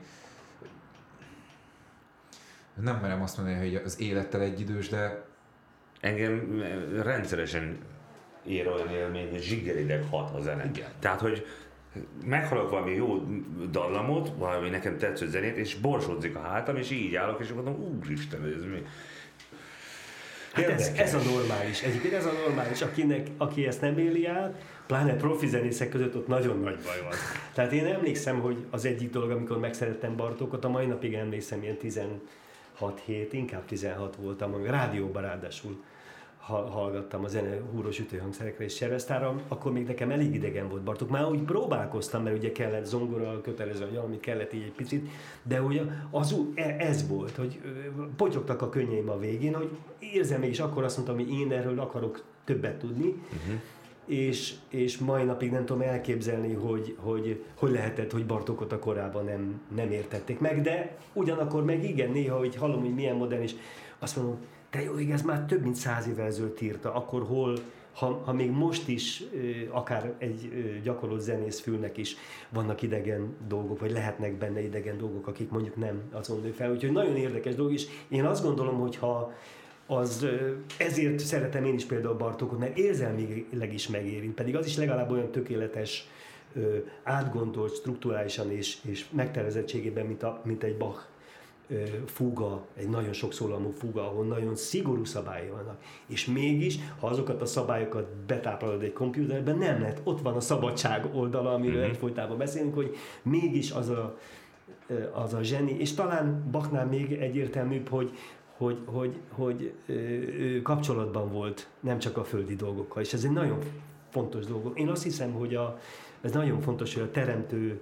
nem merem azt mondani, hogy az élettel egyidős, de
engem rendszeresen ér olyan élmény, hogy zsigerideg hat a zene.
Igen.
Tehát, hogy meghallok valami jó dallamot, valami nekem tetsző zenét, és borsodzik a hátam, és így állok, és mondom, úristen, ez mi?
Hát ez a normális. Egyébként ez a normális, aki ezt nem éli át, pláne profi zenészek között ott nagyon nagy baj van. Tehát én emlékszem, hogy az egyik dolog, amikor megszerettem Bartókot, a mai napig emlékszem, ilyen 16 hét, inkább 16 voltam, a rádióban ráadásul hallgattam a zene húros ütőhangszerekre és Servesztára, akkor még nekem elég idegen volt Bartók. Már úgy próbálkoztam, mert ugye kellett zongora, kötelező, vagy valamit kellett így egy picit, de ugye ez volt, hogy potyogtak a könnyeim a végén, hogy érzem, és akkor azt mondtam, hogy én erről akarok többet tudni, és mai napig nem tudom elképzelni, hogy lehetett, hogy Bartókot a korábban nem értették meg, de ugyanakkor meg igen, néha, hogy hallom, hogy milyen modern, és azt mondom, de jó, ez már több mint 100 évvel ezelőtt írta, akkor hol, ha még most is akár egy gyakorlott zenész fülnek is vannak idegen dolgok, vagy lehetnek benne idegen dolgok, akik mondjuk nem azon nő fel. Úgyhogy nagyon érdekes dolog, és én azt gondolom, hogy ha ezért szeretem én is például Bartókot, mert érzelmileg is megérint, pedig az is legalább olyan tökéletes, átgondolt, strukturálisan és megtervezettségében, mint egy Bach fúga, egy nagyon sok szólamú fúga, ahol nagyon szigorú szabályai vannak. És mégis, ha azokat a szabályokat betáplálod egy kompjúterben, nem lehet. Ott van a szabadság oldala, amiről egyfolytában beszélünk, hogy mégis az a zseni, és talán Bachnál még egyértelműbb, hogy ő kapcsolatban volt nem csak a földi dolgokkal, és ez egy nagyon fontos dolog. Én azt hiszem, hogy ez nagyon fontos, hogy a teremtő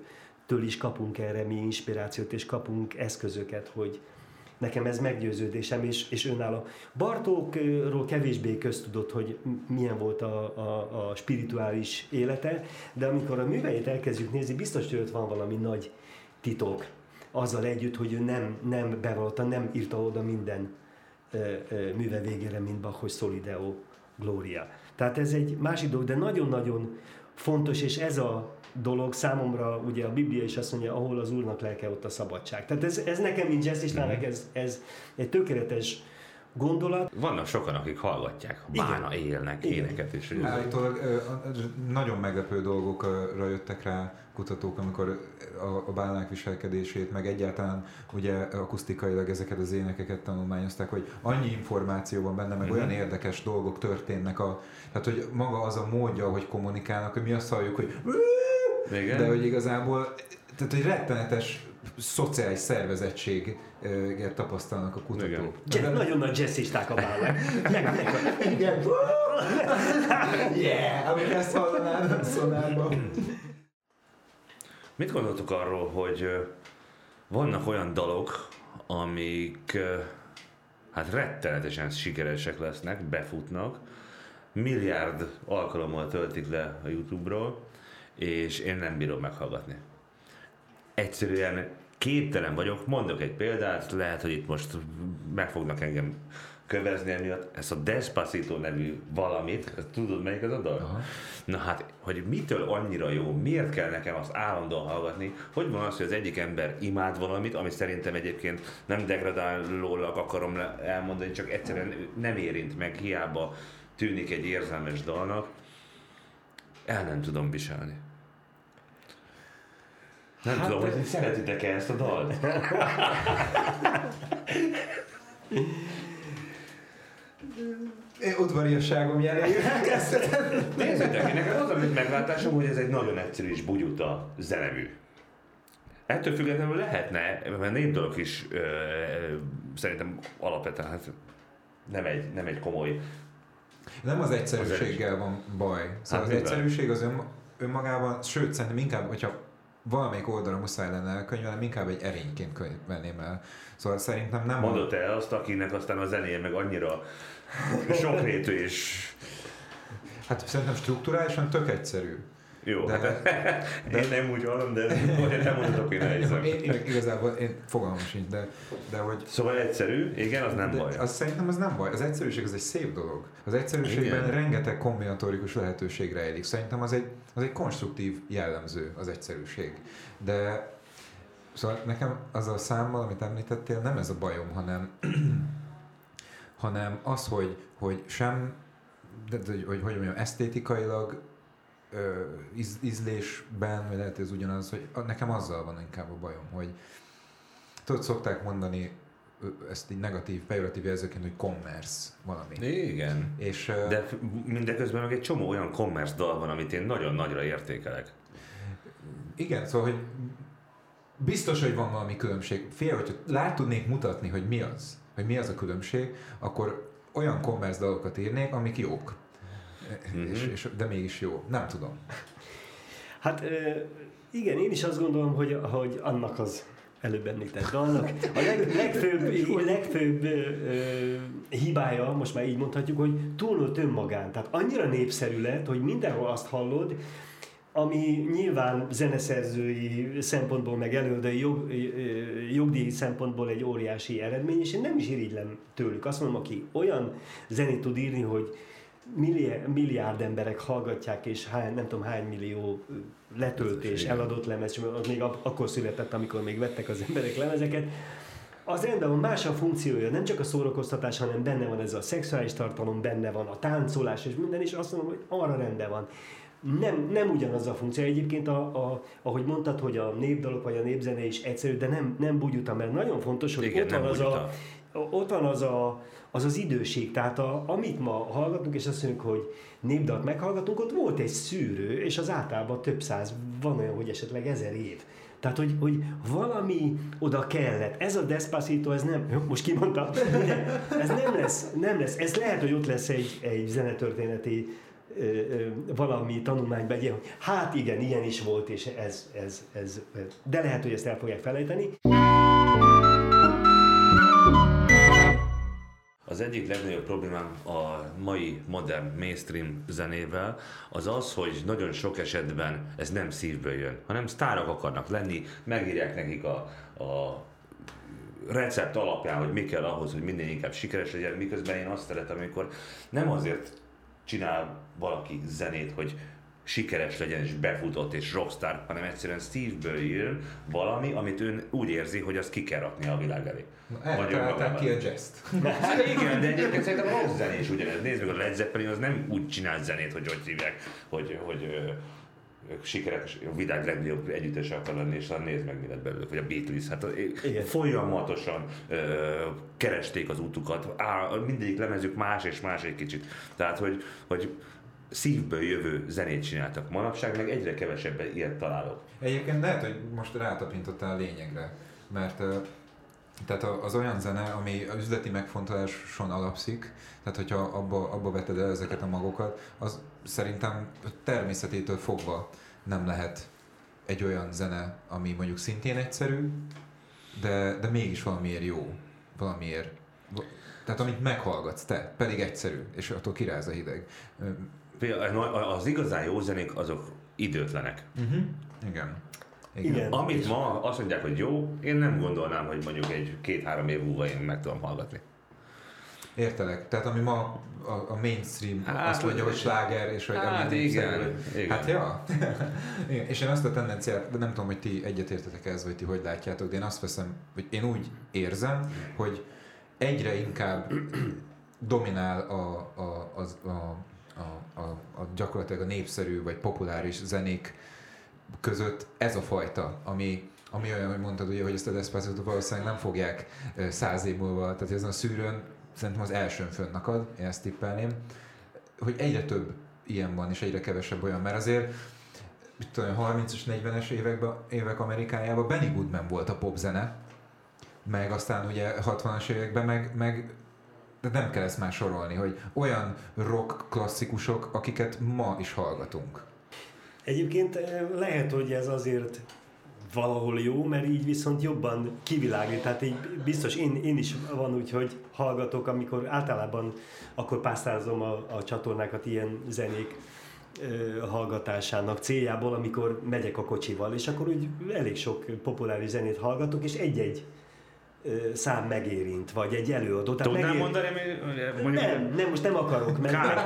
től is kapunk erre mi inspirációt, és kapunk eszközöket, hogy nekem ez meggyőződésem, és önálló. Bartókról kevésbé köztudott, hogy milyen volt a spirituális élete, de amikor a műveit elkezdjük nézni, biztos, hogy ott van valami nagy titok. Azzal együtt, hogy ő nem bevallotta, nem írta oda minden műve végére, mint Bach, hogy Soli Deo Gloria. Tehát ez egy másik dolog, de nagyon-nagyon fontos, és ez a dolog számomra, ugye a Biblia is azt mondja, ahol az Úrnak lelke, ott a szabadság. Tehát ez nekem, mint jazzistának, ez egy tökéletes gondolat.
Vannak sokan, akik hallgatják, bána élnek, éneket is.
Állítólag nagyon meglepő dolgokra jöttek rá kutatók, amikor a bálnák viselkedését, meg egyáltalán ugye akusztikailag ezeket az énekeket tanulmányozták, hogy annyi információ van benne, meg olyan érdekes dolgok történnek, tehát hogy maga az a módja, hogy kommunikálnak, hogy mi azt halljuk, hogy
igen.
De hogy igazából, tehát egy rettenetes szociális szervezettséget tapasztalnak a kutatók.
Nagyon nagy jazzisták a bálnák.
Igen. Yeah, amikor ezt hallanád a szonárban.
Mit gondoltok arról, hogy vannak olyan dalok, amik hát rettenetesen sikeresek lesznek, befutnak, milliárd alkalommal töltik le a YouTube-ról, és én nem bírom meghallgatni. Egyszerűen képtelen vagyok, mondok egy példát, lehet, hogy itt most meg fognak engem kövezni emiatt, ezt a Despacito nevű valamit, tudod melyik az a dal? Aha. Na hát, hogy mitől annyira jó, miért kell nekem azt állandóan hallgatni, hogy van az, hogy az egyik ember imád valamit, ami szerintem egyébként nem degradálólag akarom elmondani, csak egyszerűen nem érint meg, hiába tűnik egy érzelmes dalnak, el nem tudom viselni. Nem tudom, hogy szeretitek-e ezt a dalt?
Én udvariasságom jeléül elkezdtem.
Nézzétek, nekem az a meglátásom, hogy ez egy nagyon egyszerű és bugyuta zenemű. Ettől függetlenül lehetne, mert népdalok is szerintem alapvetően hát nem egy komoly...
Nem az egyszerűséggel van baj. Szóval hát az egyszerűség az önmagában, sőt szerintem inkább, hogyha valamelyik oldalra muszáj lenne elkönyvelnem, inkább egy erényként könyvelném el. Szóval szerintem nem...
Mondott el azt, akinek aztán a zenéje meg annyira sokrétű és...
Hát szerintem strukturálisan tök egyszerű.
Jó, de én nem úgy hallom, de nem mondhatok én elhiszem.
Igazából én fogalmam sincs, de hogy...
Szóval egyszerű, igen, az nem baj.
Szerintem az nem baj. Az egyszerűség az egy szép dolog. Az egyszerűségben igen. Rengeteg kombinatórikus lehetőség rejlik. Szerintem az egy konstruktív jellemző az egyszerűség. De szóval nekem az a számmal, amit említettél, nem ez a bajom, hanem az, hogy sem, hogy mondjam, esztétikailag ízlésben, vagy lehet, hogy ez ugyanaz, hogy nekem azzal van inkább a bajom, hogy tudod, szokták mondani ezt így negatív, pejoratív jelzőként, hogy commerce valami.
Igen, és, de mindeközben meg egy csomó olyan commerce dal van, amit én nagyon nagyra értékelek.
Igen, szóval, hogy biztos, hogy van valami különbség. Fél, hogyha tudnék mutatni, hogy mi az a különbség, akkor olyan commerce dalokat írnék, amik jók. De mégis jó. Nem tudom.
Hát igen, én is azt gondolom, hogy annak az előbb említett dalnak a legfőbb hibája, most már így mondhatjuk, hogy túlnőtt önmagán. Tehát annyira népszerű lett, hogy mindenhol azt hallod, ami nyilván zeneszerzői szempontból, meg előadói jogdíj szempontból egy óriási eredmény, és én nem is irigylem tőlük. Azt mondom, aki olyan zenét tud írni, hogy milliárd emberek hallgatják, és nem tudom hány millió letöltés, eladott lemez, az még akkor született, amikor még vettek az emberek lemezeket. Az rendben van, más a funkciója, nem csak a szórakoztatás, hanem benne van ez a szexuális tartalom, benne van a táncolás és minden, és azt mondom, hogy arra rendben van. Nem ugyanaz a funkció. Egyébként, ahogy mondtad, hogy a népdalok vagy a népzene is egyszerű, de nem bugyuta, mert nagyon fontos, hogy igen, ott van az időség. Tehát amit ma hallgatunk, és azt mondjuk, hogy népdalt meghallgatunk, ott volt egy szűrő, és az általában több száz, van olyan, hogy esetleg 1000 év. Tehát, hogy valami oda kellett. Ez a Despacito, ez nem, most kimondtam, ez nem lesz. Ez lehet, hogy ott lesz egy zenetörténeti valami tanulmányban, hogy hát igen, ilyen is volt, és ez, de lehet, hogy ezt el fogják felejteni.
Az egyik legnagyobb problémám a mai modern mainstream zenével az az, hogy nagyon sok esetben ez nem szívből jön, hanem sztárok akarnak lenni, megírják nekik a recept alapján, hogy mi kell ahhoz, hogy minden inkább sikeres legyen, miközben én azt szeretem, amikor nem azért csinál valaki zenét, hogy sikeres legyen és befutott és rockstar, hanem egyszerűen szívből jön valami, amit ön úgy érzi, hogy azt ki kell rakni a világ elé.
Eltalálták ki a jazzt.
Igen, de egyébként szerintem a rossz zenés ugyanez. Nézd meg, a Led Zeppelin az nem úgy csinál zenét, hogy hívják, hogy sikeres, a világ legnagyobb együttese akar lenni, és nézd meg, mi lett belőle, vagy a Beatles. Hát folyamatosan keresték az útukat, mindegyik lemezük más és más egy kicsit. Tehát, hogy szívből jövő zenét csináltak. Manapság meg egyre kevesebben ilyet találok.
Egyébként lehet, hogy most rátapintottál a lényegre, mert tehát az olyan zene, ami az üzleti megfontoláson alapszik, tehát hogyha abba veted el ezeket a magokat, az szerintem természetétől fogva nem lehet egy olyan zene, ami mondjuk szintén egyszerű, de mégis valamiért jó, valamiért. Tehát amit meghallgatsz te, pedig egyszerű, és attól kiráz a hideg.
Az igazán jó zenék, azok időtlenek.
Igen.
Amit ma azt mondják, hogy jó, én nem gondolnám, hogy mondjuk egy 2-3 év múlva én meg tudom hallgatni.
Értelek. Tehát ami ma a mainstream azt mondja, hogy sláger, és hogy
igen.
Hát ja. Igen. És én azt a tendenciát, nem tudom, hogy ti egyetértetek ez, vagy ti hogy látjátok, de én azt veszem, hogy én úgy érzem, hogy egyre inkább dominál a gyakorlatilag a népszerű vagy populáris zenék között ez a fajta, ami olyan, hogy mondtad, ugye, hogy ezt a Despacito valószínűleg nem fogják 100 év múlva, tehát ezen a szűrőn szerintem az elsőn fönnakad, én ezt tippelném, hogy egyre több ilyen van, és egyre kevesebb olyan, mert azért mit tudom, 30-as, 40-es évek Amerikájában Benny Goodman volt a popzene, meg aztán ugye 60-as években meg de nem kell ezt már sorolni, hogy olyan rock klasszikusok, akiket ma is hallgatunk.
Egyébként lehet, hogy ez azért valahol jó, mert így viszont jobban kivilágít. Tehát így biztos én is van úgy, hogy hallgatok, amikor általában akkor pásztázom a csatornákat ilyen zenék hallgatásának céljából, amikor megyek a kocsival, és akkor úgy elég sok populáris zenét hallgatok, és egy-egy szám megérint, vagy egy előadó.
Tudnám mondani,
nem, most nem akarok.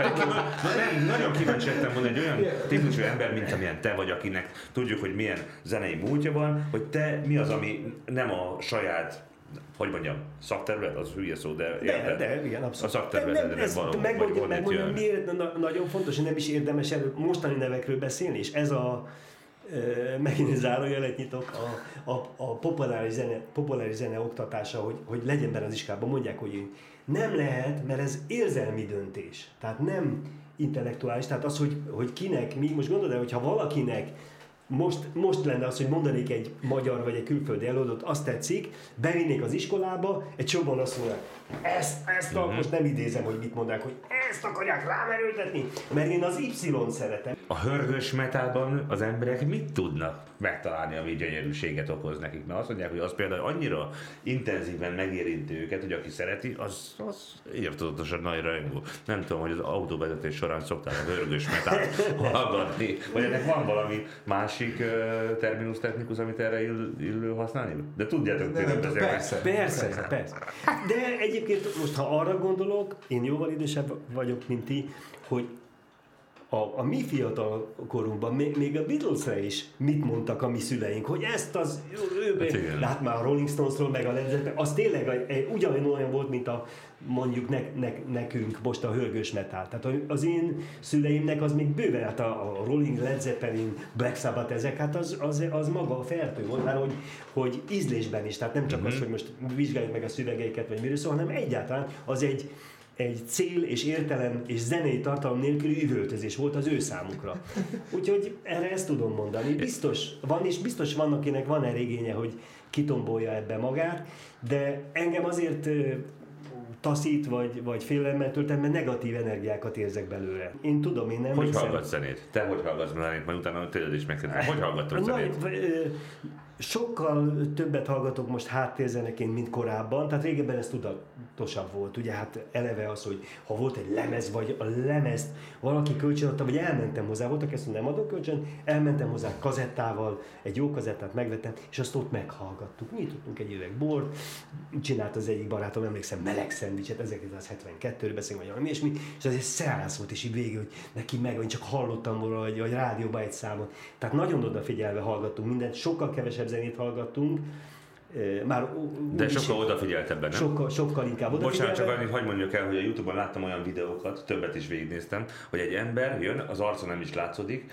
Nagyon kíváncsi lettem volna egy olyan típusú ember, mint amilyen te vagy, akinek tudjuk, hogy milyen zenei múltja van, hogy te mi az, ami nem a saját, hogy mondjam, szakterület, az hülye szó, de
igen, abszolút.
A szakterületedre való,
megmondom, miért nagyon fontos, hogy nem is érdemes mostani nevekről beszélni, és ez a megint egy zárójelet nyitok, a populáris zene oktatása, hogy legyen benne az iskolában, mondják, hogy nem lehet, mert ez érzelmi döntés. Tehát nem intellektuális, tehát az, hogy kinek, most gondolod el, hogyha valakinek most lenne az, hogy mondanék egy magyar vagy egy külföldi előadót, azt tetszik, bevinnék az iskolába, egy csomóan azt mondják, ezt most nem idézem, hogy mit mondják, hogy ezt akarják rám erőltetni, mert én az Y-t szeretem.
A hörgős metálban az emberek mit tudnak megtalálni, ami gyönyörűséget okoz nekik? Mert azt mondják, hogy az például annyira intenzíven megérinti őket, hogy aki szereti, az írtózatosan nagy rajongó. Nem tudom, hogy az autóvezetés során szoktál a hörgős metált hallgatni, vagy ennek van valami másik terminus technikus, amit erre illő használni? De tudjátok,
Persze. De egyébként most, ha arra gondolok, én jóval idősebb vagyok, mint ti, hogy a mi fiatal korunkban, még a Beatlesre is mit mondtak a mi szüleink, hogy ezt az lát már a Rolling Stonesról, meg a Led Zeppelin, az tényleg ugyanolyan volt, mint mondjuk nekünk most a hörgős metal. Tehát az én szüleimnek az még bőven, hát a Rolling, Led Zeppelin, Black Sabbath, ezek, hát az maga a fertő volt már, hogy ízlésben is, tehát nem csak az, hogy most vizsgáljuk meg a szövegeiket, vagy miről szól, hanem egyáltalán az egy cél és értelem és zenei tartalom nélküli üvöltözés volt az ő számukra. Úgyhogy erre ezt tudom mondani. Biztos van, és biztos van, akinek van erre igénye, hogy kitombolja ebbe magát, de engem azért taszít, vagy félelemmel töltem, mert negatív energiákat érzek belőle. Én tudom, én nem
Hogy hallgatsz zenét? Te hogy hallgatsz zenét? Majd utána tőled is megkérdezem. Hogy hallgattok zenét?
Sokkal többet hallgatok most háttérzeneként, mint korábban, tehát régebben ez tudatosabb volt. Ugye hát eleve az, hogy ha volt egy lemez, vagy a lemezt valaki kölcsönadta, vagy elmentem hozzá, voltak ezt, nem adok kölcsön, elmentem hozzá kazettával, egy jó kazettát megvettem, és azt ott meghallgattuk. Nyitottunk egy üveg bort, csinált az egyik barátom, emlékszem, meleg szendvicset, 1972-ben beszélünk, vagy valami ilyesmi, és azért szeász volt, és így végül, hogy neki meg, én csak hallottam volna, vagy rádióban egy számot. Tehát nagyon odafigyelve hallgattunk mindent, sokkal kevesebb zenét hallgattunk, már
de sokkal odafigyeltebben, nem?
Sokkal inkább odafigyelve.
Bocsánat, csak annyit hadd mondjuk el, hogy a Youtube-on láttam olyan videókat, többet is végignéztem, hogy egy ember jön, az arca nem is látszódik,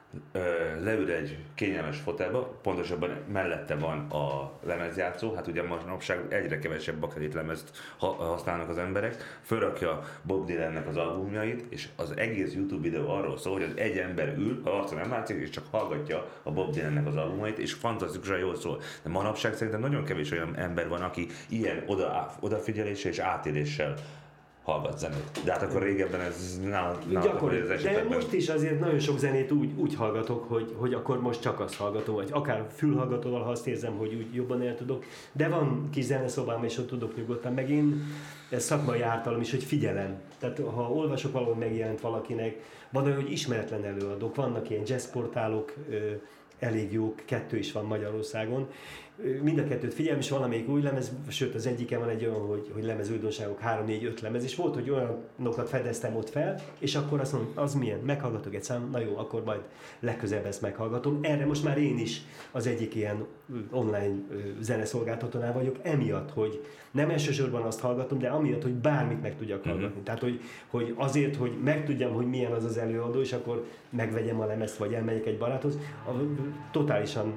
leül egy kényelmes fotelba, pontosabban mellette van a lemezjátszó, hát ugye manapság egyre kevesebb bakelit lemezt használnak az emberek, fölrakja Bob Dylannek az albumjait, és az egész YouTube videó arról szól, hogy az egy ember ül, a arca nem látszik, és csak hallgatja a Bob Dylannek az albumait, és fantasztikusan jól szól. De manapság szerintem nagyon kevés olyan ember van, aki ilyen odafigyeléssel és átéléssel hallgat zenét. De hát akkor régebben ez nálatok az esetekben.
De most is azért nagyon sok zenét úgy hallgatok, hogy akkor most csak azt hallgatom, vagy akár fülhallgatóval, ha azt érzem, hogy úgy jobban el tudok. De van kis zeneszobám, és ott tudok nyugodtan. Meg én, ez szakmai ártalom is, hogy figyelem. Tehát ha olvasok valahol megjelent valakinek, van olyan, hogy ismeretlen előadók, vannak ilyen jazzportálok, elég jók, 2 is van Magyarországon. Mind a 2-t figyelem, és valamelyik új lemez, sőt az egyiken van egy olyan, hogy lemezújdonságok, 3-4-5 lemez, és volt, hogy olyanokat fedeztem ott fel, és akkor azt mondom, az milyen, meghallgatok egy szám, na jó, akkor majd legközelebb ezt meghallgatom. Erre most már én is az egyik ilyen online zeneszolgáltatónál vagyok, emiatt, hogy nem elsősorban azt hallgatom, de amiatt, hogy bármit meg tudjak hallgatni. Tehát, hogy azért, hogy megtudjam, hogy milyen az az előadó, és akkor megvegyem a lemezt, vagy elmegyek egy baráthoz, totálisan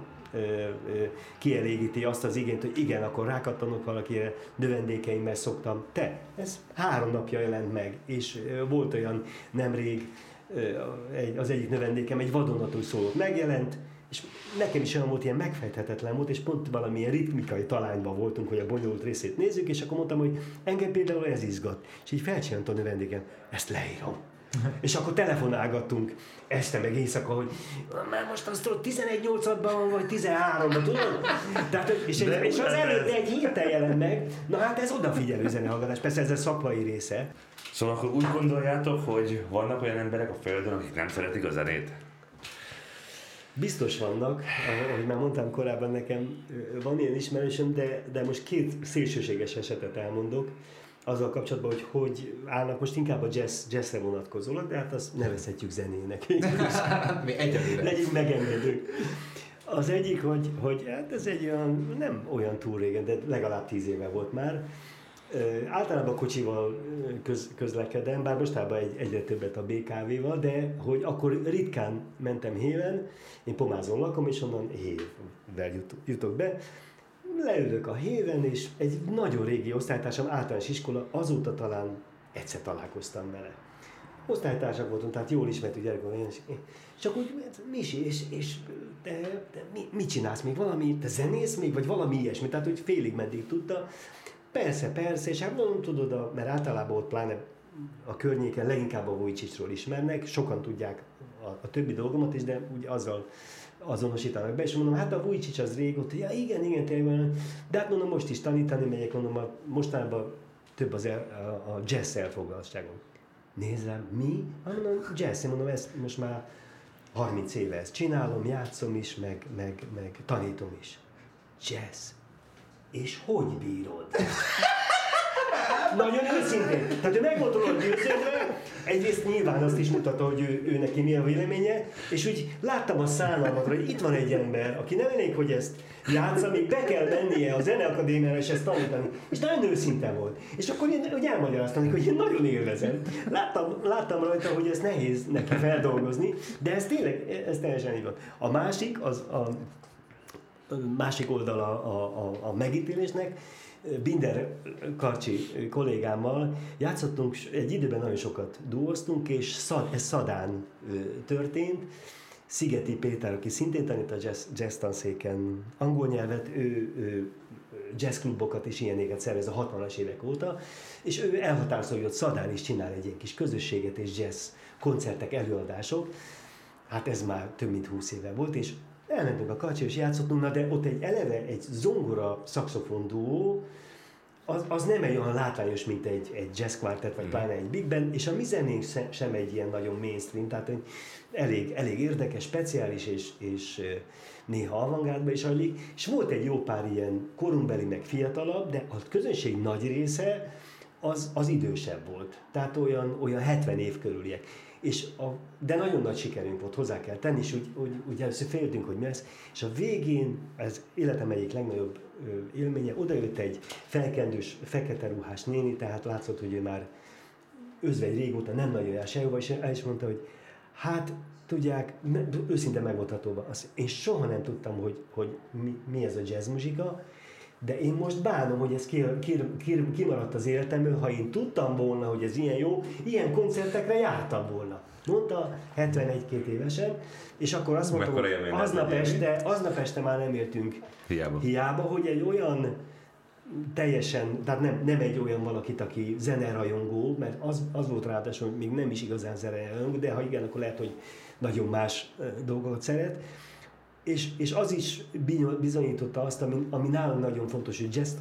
kielégíti azt az igényt, hogy igen, akkor rákattanok valakire, növendékeimmel szoktam. Ez 3 napja jelent meg, és volt olyan nemrég, az egyik növendékem egy vadonatúj szólót megjelent, és nekem is olyan volt, ilyen megfejthetetlen volt, és pont valamilyen ritmikai talányban voltunk, hogy a bonyolult részét nézzük, és akkor mondtam, hogy engem például ez izgat. És így felcsinálta a növendékem, ezt leírom. És akkor telefonálgattunk este meg éjszaka, hogy már most azt tudod, 11-8-ban van, vagy 13-ban, tudod? Tehát, és az előtte egy héttel jelent meg, na hát ez odafigyelő zenehallgatás, persze ez a szakmai része.
Szóval akkor úgy gondoljátok, hogy vannak olyan emberek a Földön, akik nem szeretik a zenét?
Biztos vannak, ahogy már mondtam korábban, nekem van ilyen ismerősöm, de most 2 szélsőséges esetet elmondok, azzal kapcsolatban, hogy állnak most inkább a jazzre vonatkozólag, de hát azt nevezhetjük zenének.
Mi egyelőre.
Legyünk megengedők. Az egyik, hogy hát ez egy olyan, nem olyan túl régen, de legalább 10 éve volt már. Általában kocsival közlekedem, bár mostában egyre többet a BKV-val, de hogy akkor ritkán mentem héven, én Pomázon lakom, és onnan hévvel jutok be. Leülök a héven, és egy nagyon régi osztálytársam, általános iskola, azóta talán egyszer találkoztam vele. Osztálytársak voltunk, tehát jól ismertük gyerekkorban, és csak úgy, Misi, és te mit csinálsz még? Valami, te zenész még, vagy valami ilyesmi? Tehát, hogy félig meddig tudta. Persze, és hát mondom, tudod, mert általában ott pláne a környéken leginkább a Vujicsicsról ismernek, sokan tudják a többi dolgomat is, de úgy azzal azonosítanak be, és mondom, hát a Vujicsics az régóta, ja igen, tényleg, de hát mondom, most is tanítani megyek, mondom, mostanában több a jazz elfoglaltságom. Nézem, mi? Mondom, jazz, én mondom, ezt most már 30 éve ezt csinálom, játszom is, meg tanítom is. Jazz. És hogy bírod? Nagyon őszintén. Tehát ő meg volt róla győződve, egyrészt nyilván azt is mutatta, hogy ő neki mi a véleménye, és úgy láttam a szánalmatra, hogy itt van egy ember, aki nem elég, hogy ezt játsza, még be kell mennie a zeneakadémiára és ezt tanítani. És nagyon őszinte volt. És akkor én elmagyaráztam, hogy én nagyon élvezem. Láttam rajta, hogy ez nehéz neki feldolgozni, de ez tényleg, ez teljesen így van. A másik, a másik oldala a megítélésnek, Binder Karcsi kollégámmal játszottunk, egy időben nagyon sokat duóztunk, és ez Szadán történt, Szigeti Péter, aki szintén tanít a jazz tanszéken angol nyelvet, ő jazzklubokat és ilyenéket szervez a 60-as évek óta, és ő elhatározta, hogy ott Szadán is csinál egy ilyen kis közösséget és jazz koncertek, előadások. Hát ez már több mint 20 éve volt, és elmentünk a Karcsi, és játszottunk, de ott egy zongora szaxofon duó, az nem egy olyan látványos, mint egy jazz quartet, vagy pláne egy big band, és a mi zenénk sem egy ilyen nagyon mainstream, tehát elég érdekes, speciális, és néha avantgárdba is hajlik, és volt egy jó pár ilyen korunkbeli, meg fiatalabb, de a közönség nagy része az idősebb volt, tehát olyan 70 év körüliek. De nagyon nagy sikerünk volt, hozzá kell tenni, és úgy először féltünk, hogy mi lesz, és a végén, ez életem egyik legnagyobb élménye, odajött egy felkendős, fekete ruhás néni, tehát látszott, hogy ő már özvegy régóta nem nagyon jár sehova, és el is mondta, hogy hát tudják, őszintén megmondhatóban, én soha nem tudtam, hogy mi ez a jazz muzsika, de én most bánom, hogy ez kimaradt az életemből, ha én tudtam volna, hogy ez ilyen jó, ilyen koncertekre jártam volna. Mondta 71-2 évesen, és akkor azt mondta, hogy aznap este már nem értünk hiába, hogy egy olyan teljesen, tehát nem egy olyan valakit, aki zenerajongó, mert az volt ráadásul, hogy még nem is igazán zenerajongó, de ha igen, akkor lehet, hogy nagyon más dolgokat szeret. És az is bizonyította azt, ami nálam nagyon fontos, hogy jazz,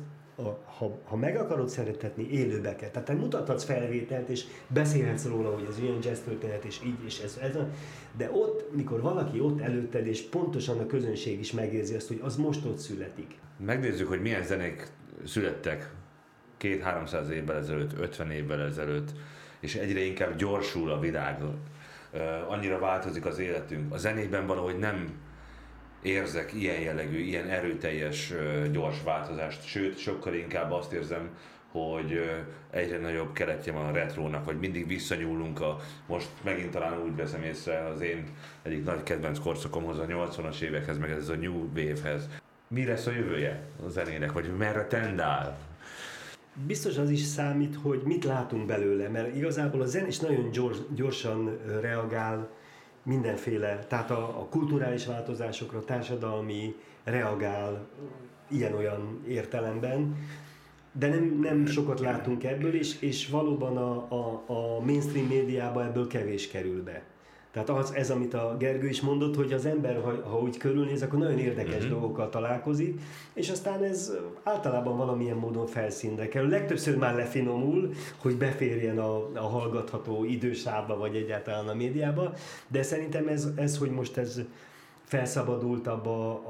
ha meg akarod szeretetni, élőbe kell. Tehát te mutathatsz felvételt, és beszélhetsz róla, hogy ez ilyen jazz történet, és így, és ez. De ott, mikor valaki ott előtted, és pontosan a közönség is megérzi azt, hogy az most ott születik.
Megnézzük, hogy milyen zenék születtek 200-300 évvel ezelőtt, 50 évvel ezelőtt, és egyre inkább gyorsul a világ. Annyira változik az életünk. A zenében valahogy nem érzek ilyen jellegű, ilyen erőteljes, gyors változást, sőt, sokkal inkább azt érzem, hogy egyre nagyobb keretje van a retrónak, hogy mindig visszanyúlunk most megint talán úgy veszem észre az én egyik nagy kedvenc korszakomhoz, a 80-as évekhez, meg ez a New Wave-hez. Mi lesz a jövője a zenének, vagy merre tendál?
Biztos az is számít, hogy mit látunk belőle, mert igazából a zenés nagyon gyorsan reagál mindenféle, tehát a kulturális változásokra, a társadalmi reagál ilyen-olyan értelemben, de nem sokat látunk ebből, és valóban a mainstream médiában ebből kevés kerül be. Tehát ez, amit a Gergő is mondott, hogy az ember, ha úgy körülnéz, akkor nagyon érdekes dolgokkal találkozik, és aztán ez általában valamilyen módon felszínre kerül. Legtöbbször már lefinomul, hogy beférjen a hallgatható idősávba, vagy egyáltalán a médiába, de szerintem ez hogy most ez felszabadultabb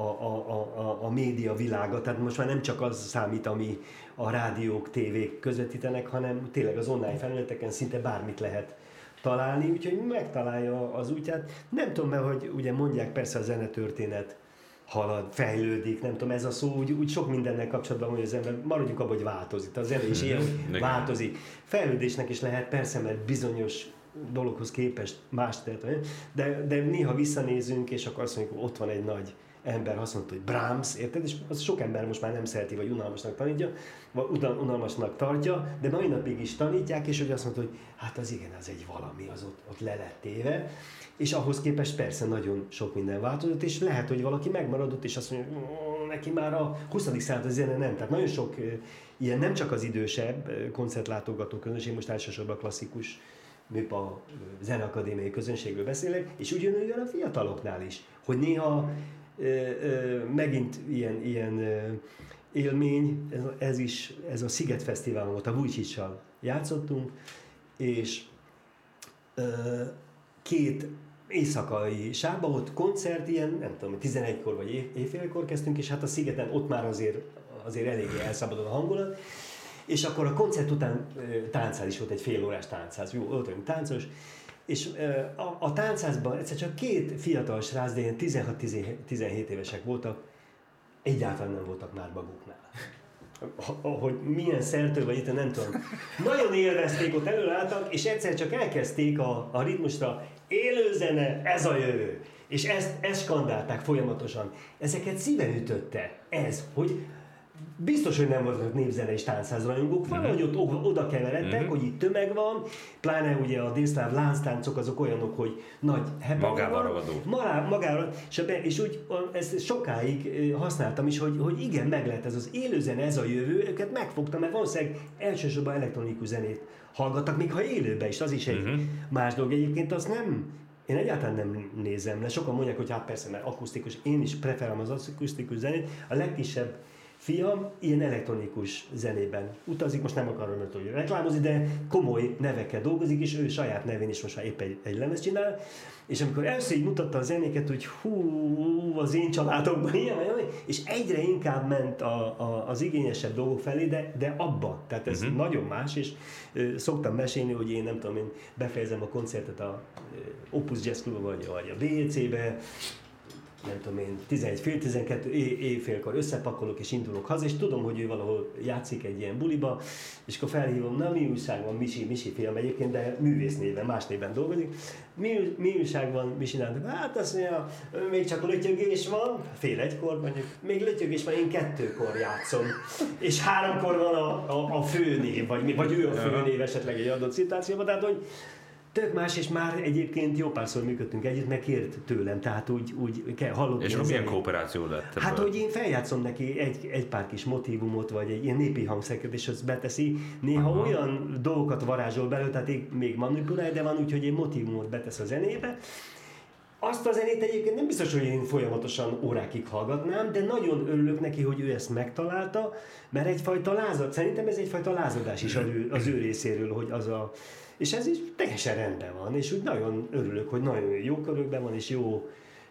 a média világa, tehát most már nem csak az számít, ami a rádiók, tévék közvetítenek, hanem tényleg az online felületeken szinte bármit lehet találni, úgyhogy megtalálja az útját. Nem tudom, mert hogy ugye mondják, persze a zenetörténet halad, fejlődik, nem tudom, ez a szó úgy sok mindennel kapcsolatban, hogy az ember maradjuk abban, hogy változik. A zene is ilyen változik. Fejlődésnek is lehet, persze, mert bizonyos dologhoz képest más tehet, de néha visszanézünk, és akkor azt mondjuk, hogy ott van egy nagy ember, azt mondta, hogy Brahms, érted? És az sok ember most már nem szereti, vagy unalmasnak tanítja, vagy unalmasnak tartja, de mai napig is tanítják, és hogy azt mondta, hogy hát az igen, az egy valami, az ott le lett téve, és ahhoz képest persze nagyon sok minden változott, és lehet, hogy valaki megmaradott, és azt mondja, neki már a 20. század zene nem. Tehát nagyon sok ilyen, nem csak az idősebb koncertlátogató közönség, most elsősorban klasszikus műpa zeneakadémiai közönségről beszélek, és ugyanúgy a fiataloknál is, hogy néha megint ilyen élmény, ez a Sziget Fesztivál volt, a Vujcsicsal játszottunk, és 2 éjszakai sávban volt koncert, ilyen, nem tudom, 11-kor vagy éjfélkor kezdtünk, és hát a Szigeten ott már azért eléggé elszabadul a hangulat, és akkor a koncert után táncház is volt, egy fél órás táncház, jó, ott vagyunk táncos, és a táncházban egyszer csak 2 fiatal srác, de ilyen 16-17 évesek voltak, egyáltalán nem voltak már maguknál. Hogy milyen szertől vagy itt, nem tudom. Nagyon élvezték, ott előálltak, és egyszer csak elkezdték a ritmusra, élő zene, ez a jövő. És ezt skandálták folyamatosan. Ezeket szíven ütötte. Ez, hogy biztos, hogy nem voltak népzene és táncszázrajongók, valahogy ott oda keveredtek, hogy itt tömeg van, pláne ugye a délszláv lánctáncok azok olyanok, hogy nagy hepeg
Magával ragadó.
Magára, és úgy ezt sokáig használtam is, hogy igen, meg lehet ez az élőzene, ez a jövő, őket megfogtam, mert valószínűleg elsősorban elektronikus zenét hallgattak, még ha élőben is, az is egy más dolog. Egyébként az nem, én egyáltalán nem nézem le. Sokan mondják, hogy hát persze, mert akusztikus, én is preferálom az akusztikus zenét. A legkisebb fiam ilyen elektronikus zenében utazik, most nem akarom hogy reklámozni, de komoly nevekkel dolgozik, és ő saját nevén is most már épp egy lemez csinál, és amikor először így mutatta a zenéket, hogy hú, az én családomban ilyen, és egyre inkább ment az igényesebb dolgok felé, de abba, tehát ez nagyon más, és szoktam mesélni, hogy én nem tudom, én befejezem a koncertet a Opus Jazz Club vagy a BEC-be, nem tudom én, 11-12 éjfélkor összepakolok és indulok haza, és tudom, hogy ő valahol játszik egy ilyen buliba, és akkor felhívom, na mi újság van, Misi fiam egyébként, de művész néven, más néven dolgozik. Mi újság van, mi csinálnak? Hát azt mondja, még csak lötyögés van, fél egykor mondjuk, még lötyögés van, én 2-kor játszom, és 3-kor van a főnév, vagy ő a főnév esetleg egy adott szituációban, tehát hogy tök más, és már egyébként jó párszor működtünk együtt, meg kért tőlem, tehát úgy kell hallotni.
És milyen kooperáció lett?
Hát, hogy én feljátszom neki egy pár kis motívumot, vagy egy ilyen népi hangszereket, és azt beteszi. Néha olyan dolgokat varázsol belőle, tehát még manipulálja, de van úgy, hogy egy motívumot betesz a zenébe. Azt a zenét egyébként nem biztos, hogy én folyamatosan órákig hallgatnám, de nagyon örülök neki, hogy ő ezt megtalálta, mert egyfajta lázad, szerintem ez egyfajta lázadás is az ő részéről, hogy az a... És ez is teljesen rendben van, és úgy nagyon örülök, hogy nagyon jó körökben van, és jó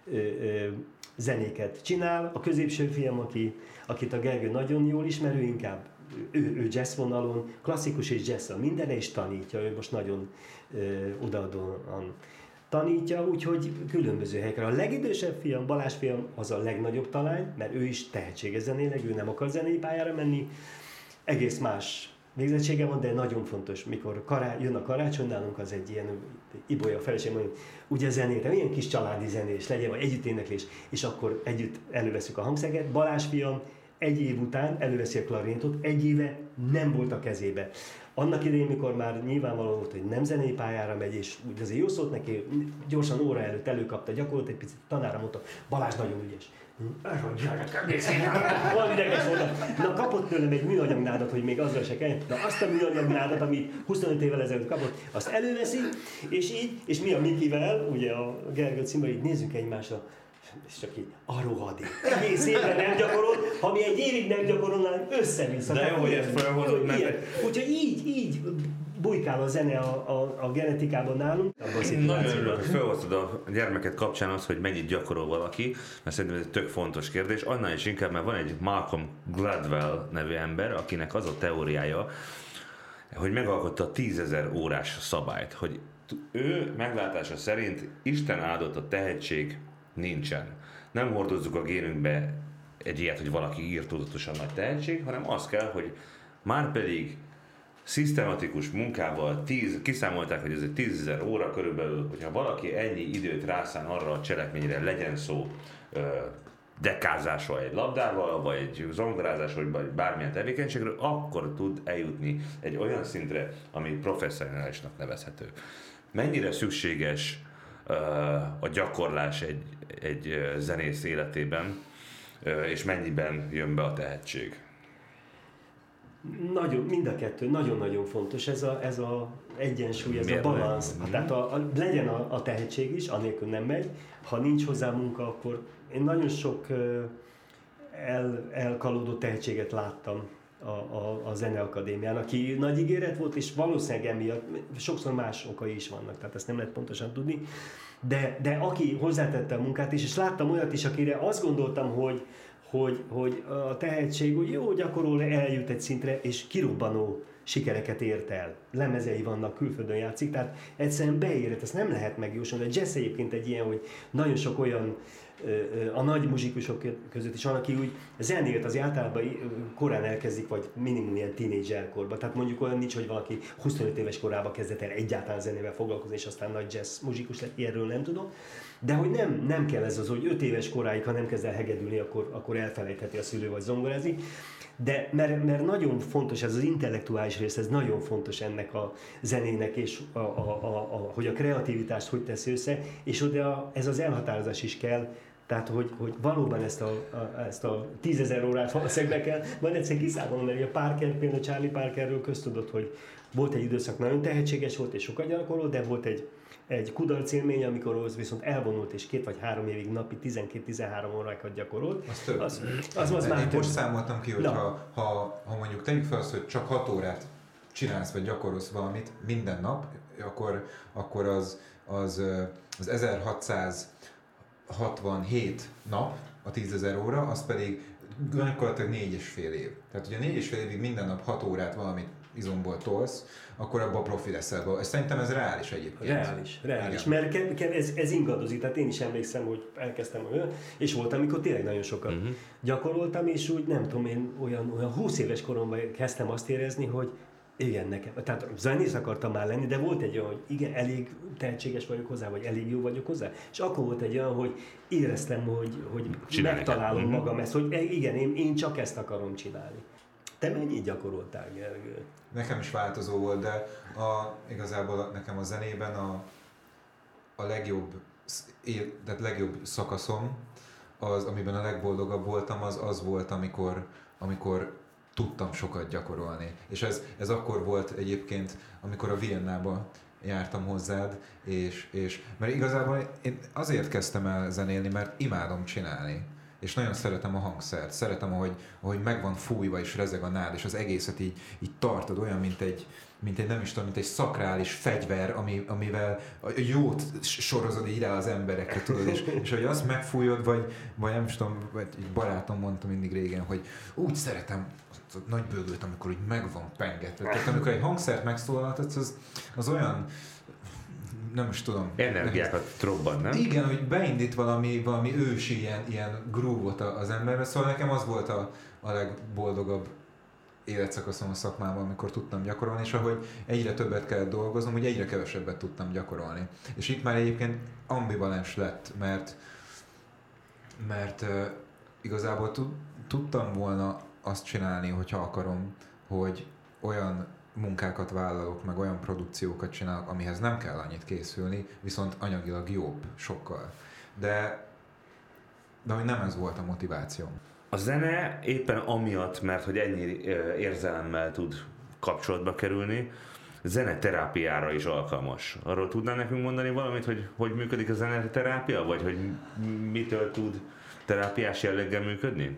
zenéket csinál. A középső fiam, akit a Gergő nagyon jól ismer, ő inkább ő jazz vonalon, klasszikus és jazz mindenre is tanítja, ő most nagyon odaadóan tanítja, úgyhogy különböző helyekre. A legidősebb fiam, Balázs fiam, az a legnagyobb talány, mert ő is tehetséges zenéleg, ő nem akar zenei pályára menni, egész más végzettsége van, de nagyon fontos, mikor jön a karácsony, nálunk az egy ilyen Ibolya a feleség, mondjuk, ugye zenére, ilyen kis családi zenés legyen, vagy együtt éneklés, és akkor együtt előveszük a hangszereket. Balázs fiam egy év után előveszi a klarinétot, egy éve nem volt a kezébe. Annak idején, mikor már nyilvánvaló volt, hogy nem zenei pályára megy, és úgy azért jó szólt neki, gyorsan óra előtt előkapta gyakorlott egy picit, tanára mondta, Balázs nagyon ügyes. Valami ideges voltam. Na, kapott tőlem egy műanyagnádat, hogy még azzal se kelljen. Na, azt a műanyagnádat, amit 25 évvel ezelőtt kapott, azt előveszi, és így, és mi a Mikivel, ugye a Gergő címmel, így nézzük egymásra, és csak így, a rohadék. Egész évben nem gyakorol, ha mi egy évig nem gyakorolnánk, össze-vissza.
De jó, hogy ezt felhozod, mert...
Úgyhogy így bujkál a zene a genetikában nálunk.
Én nagyon örülök, hogy felhoztad a gyermeket kapcsán az, hogy mennyit gyakorol valaki, mert szerintem ez egy tök fontos kérdés. Annál is inkább, mert van egy Malcolm Gladwell nevű ember, akinek az a teóriája, hogy megalkotta a 10 000 órás szabályt, hogy ő meglátása szerint Isten áldott a tehetség nincsen. Nem hordozzuk a génünkbe egy ilyet, hogy valaki írt tudatosan nagy tehetség, hanem az kell, hogy márpedig szisztematikus munkával kiszámolták, hogy ez egy 10 000 óra körülbelül, hogyha valaki ennyi időt rászán arra a cselekményre, legyen szó dekázásról egy labdával, vagy egy zongorázásról, vagy bármilyen tevékenységről, akkor tud eljutni egy olyan szintre, ami professzionálisnak nevezhető. Mennyire szükséges a gyakorlás egy zenész életében, és mennyiben jön be a tehetség?
Nagyon, mind a kettő, nagyon-nagyon fontos ez a egyensúly, ez a balansz. Tehát legyen a tehetség is, anélkül nem megy. Ha nincs hozzá munka, akkor én nagyon sok elkalódott tehetséget láttam a Zeneakadémián, aki nagy ígéret volt, és valószínűleg emiatt sokszor más okai is vannak, tehát ezt nem lehet pontosan tudni. De aki hozzátette a munkát is, és láttam olyat is, akire azt gondoltam, hogy a tehetség úgy jó gyakorol, eljut egy szintre, és kirobbanó sikereket ért el. Lemezei vannak, külföldön játszik, tehát egyszerűen beérett, ezt nem lehet megjósolni. A jazz egyébként egy ilyen, hogy nagyon sok olyan a nagy muzsikusok között is van, aki úgy zenét az általában korán elkezdik, vagy minimum ilyen tínédzserkorban. Tehát mondjuk olyan nincs, hogy valaki 25 éves korában kezdett el egyáltalán zenével foglalkozni, és aztán nagy jazz muzsikus lett, ilyenről nem tudom. De hogy nem kell ez az, hogy 5 éves koráig, ha nem kezd el hegedülni, akkor elfelejtheti a szülő vagy zongorázni. de mert nagyon fontos, ez az intellektuális rész, ez nagyon fontos ennek a zenének, és hogy a kreativitást hogy teszi össze, és oda ez az elhatározás is kell, tehát, hogy valóban ezt a 10 000 órát valószínűleg kell, majd egyszer kiszámolom, mert a Parker, például Charlie Parkerről köztudott, hogy volt egy időszak, nagyon tehetséges volt és sokat gyakorolt, de volt egy kudarc élmény, amikor az viszont elvonult és 2 vagy 3 évig napi 12-13 órákat gyakorolt. Az már több.
Most számoltam ki, hogy ha mondjuk tegyük fel azt, hogy csak 6 órát csinálsz vagy gyakorolsz valamit minden nap, akkor az 1667 nap, a 10 000 óra, az pedig gyakorlatilag 4,5 év. Tehát ugye 4,5 évig minden nap 6 órát valamit izomból tolsz, akkor abban profi leszel. Szerintem ez reális egyébként.
Reális. Mert ez ingadozik. Tehát én is emlékszem, hogy elkezdtem és volt, amikor tényleg nagyon sokat gyakoroltam, és úgy nem tudom, én olyan 20 éves koromban kezdtem azt érezni, hogy igen, nekem. Tehát zenész akartam már lenni, de volt egy olyan, hogy igen, elég tehetséges vagyok hozzá, vagy elég jó vagyok hozzá. És akkor volt egy olyan, hogy éreztem, hogy megtalálom magam ezt, hogy igen, én csak ezt akarom csinálni. Te mennyit gyakoroltál, Gergő?
Nekem is változó volt, de igazából nekem a zenében a legjobb szakaszom, az, amiben a legboldogabb voltam, az volt, amikor tudtam sokat gyakorolni. És ez akkor volt egyébként, amikor a Viennába jártam hozzád, és mert igazából én azért kezdtem el zenélni, mert imádom csinálni. És nagyon szeretem a hangszert, szeretem, ahogy meg van fújva és rezeg a nád, és az egészet így tartod, olyan, mint egy nem is tudom, mint egy szakrális fegyver, amivel a jót sorozod így rá az emberekre, tudod, és hogy azt megfújod, vagy nem is tudom, vagy egy barátom mondta mindig régen, hogy úgy szeretem a nagy bőgőt, amikor úgy meg van pengetve. Tehát amikor egy hangszert megszólaltatsz, az olyan, nem is tudom.
Energiákat robban, nem?
Igen, hogy beindít valami ősi ilyen groove-ot az emberbe, szóval nekem az volt a legboldogabb életszakaszom a szakmában, amikor tudtam gyakorolni, és ahogy egyre többet kellett dolgoznom, hogy egyre kevesebbet tudtam gyakorolni. És itt már egyébként ambivalens lett, mert igazából tudtam volna azt csinálni, hogyha akarom, hogy olyan munkákat vállalok, meg olyan produkciókat csinálok, amihez nem kell annyit készülni, viszont anyagilag jobb, sokkal. De hogy nem ez volt a motivációm.
A zene éppen amiatt, mert hogy ennyi érzelemmel tud kapcsolatba kerülni, zeneterápiára is alkalmas. Arról tudnál nekünk mondani valamit, hogy működik a zeneterápia, vagy hogy mitől tud terápiás jelleggel működni?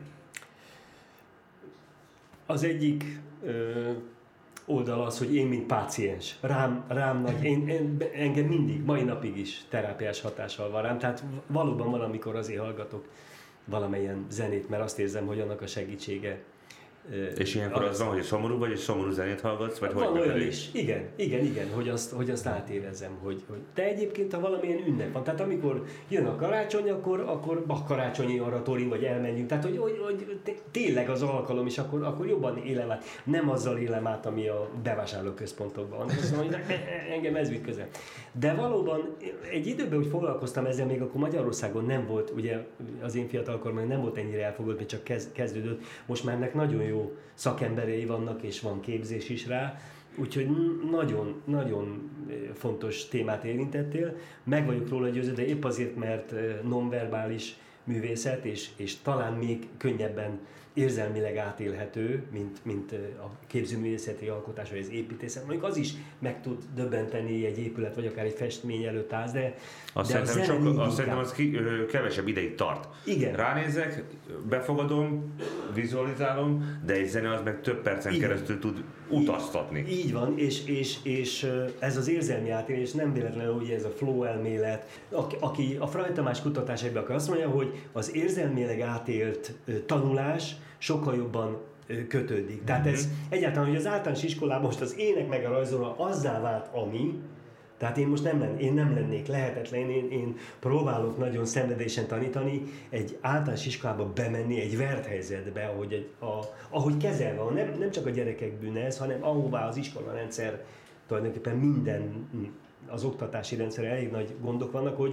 Az egyik oldal az, hogy én mint páciens, rám nagy, engem mindig, mai napig is terápiás hatással van rám, tehát valóban van, amikor azért hallgatok valamilyen zenét, mert azt érzem, hogy annak a segítsége.
És ilyenkor az van, hogy szomorú vagy, és szomorú zenét hallgatsz, vagy
van
hogy
olyan is. Igen, hogy azt átérezzem, hogy de egyébként, ha valamilyen ünnep van, tehát amikor jön a karácsony, akkor karácsonyi oratórium, vagy elmenjünk, tehát hogy tényleg az alkalom, és akkor jobban élem át. Nem azzal élem át, ami a bevásárlóközpontokban van. Azt mondom, hogy engem ez vitt közel. De valóban egy időben úgy foglalkoztam ezzel, még akkor Magyarországon nem volt, ugye az én fiatalkoromban nem volt ennyire elfogott, még csak kezdődött. Most már ennek nagyon jó szakemberei vannak, és van képzés is rá, úgyhogy nagyon fontos témát érintettél. Meg vagyok róla győződve, de épp azért, mert nonverbális művészet, és talán még könnyebben érzelmileg átélhető, mint a képzőművészeti alkotás, vagy az építészet. Mondjuk az is meg tud döbbenteni egy épület, vagy akár egy festmény előtt állsz, de
azt szerintem az kevesebb ideig tart.
Igen.
Ránézek, befogadom, vizualizálom, de egy zene az meg több percen keresztül tud utaztatni.
Így van, és ez az érzelmi átélés nem véletlenül, hogy ez a flow elmélet. Aki a Frany Tamás kutatásaiban azt mondja, hogy az érzelmileg átélt tanulás sokkal jobban kötődik. Tehát ez egyáltalán, hogy az általános iskolában most az ének meg a rajzoló azzá vált, ami, tehát én most nem lennék lehetetlen, én próbálok nagyon szenvedélyesen tanítani, egy általános iskolába bemenni egy vert helyzetbe, ahogy kezelve van, nem csak a gyerekek bűne ez, hanem ahová az iskolarendszer, tulajdonképpen minden, az oktatási rendszer elég nagy gondok vannak,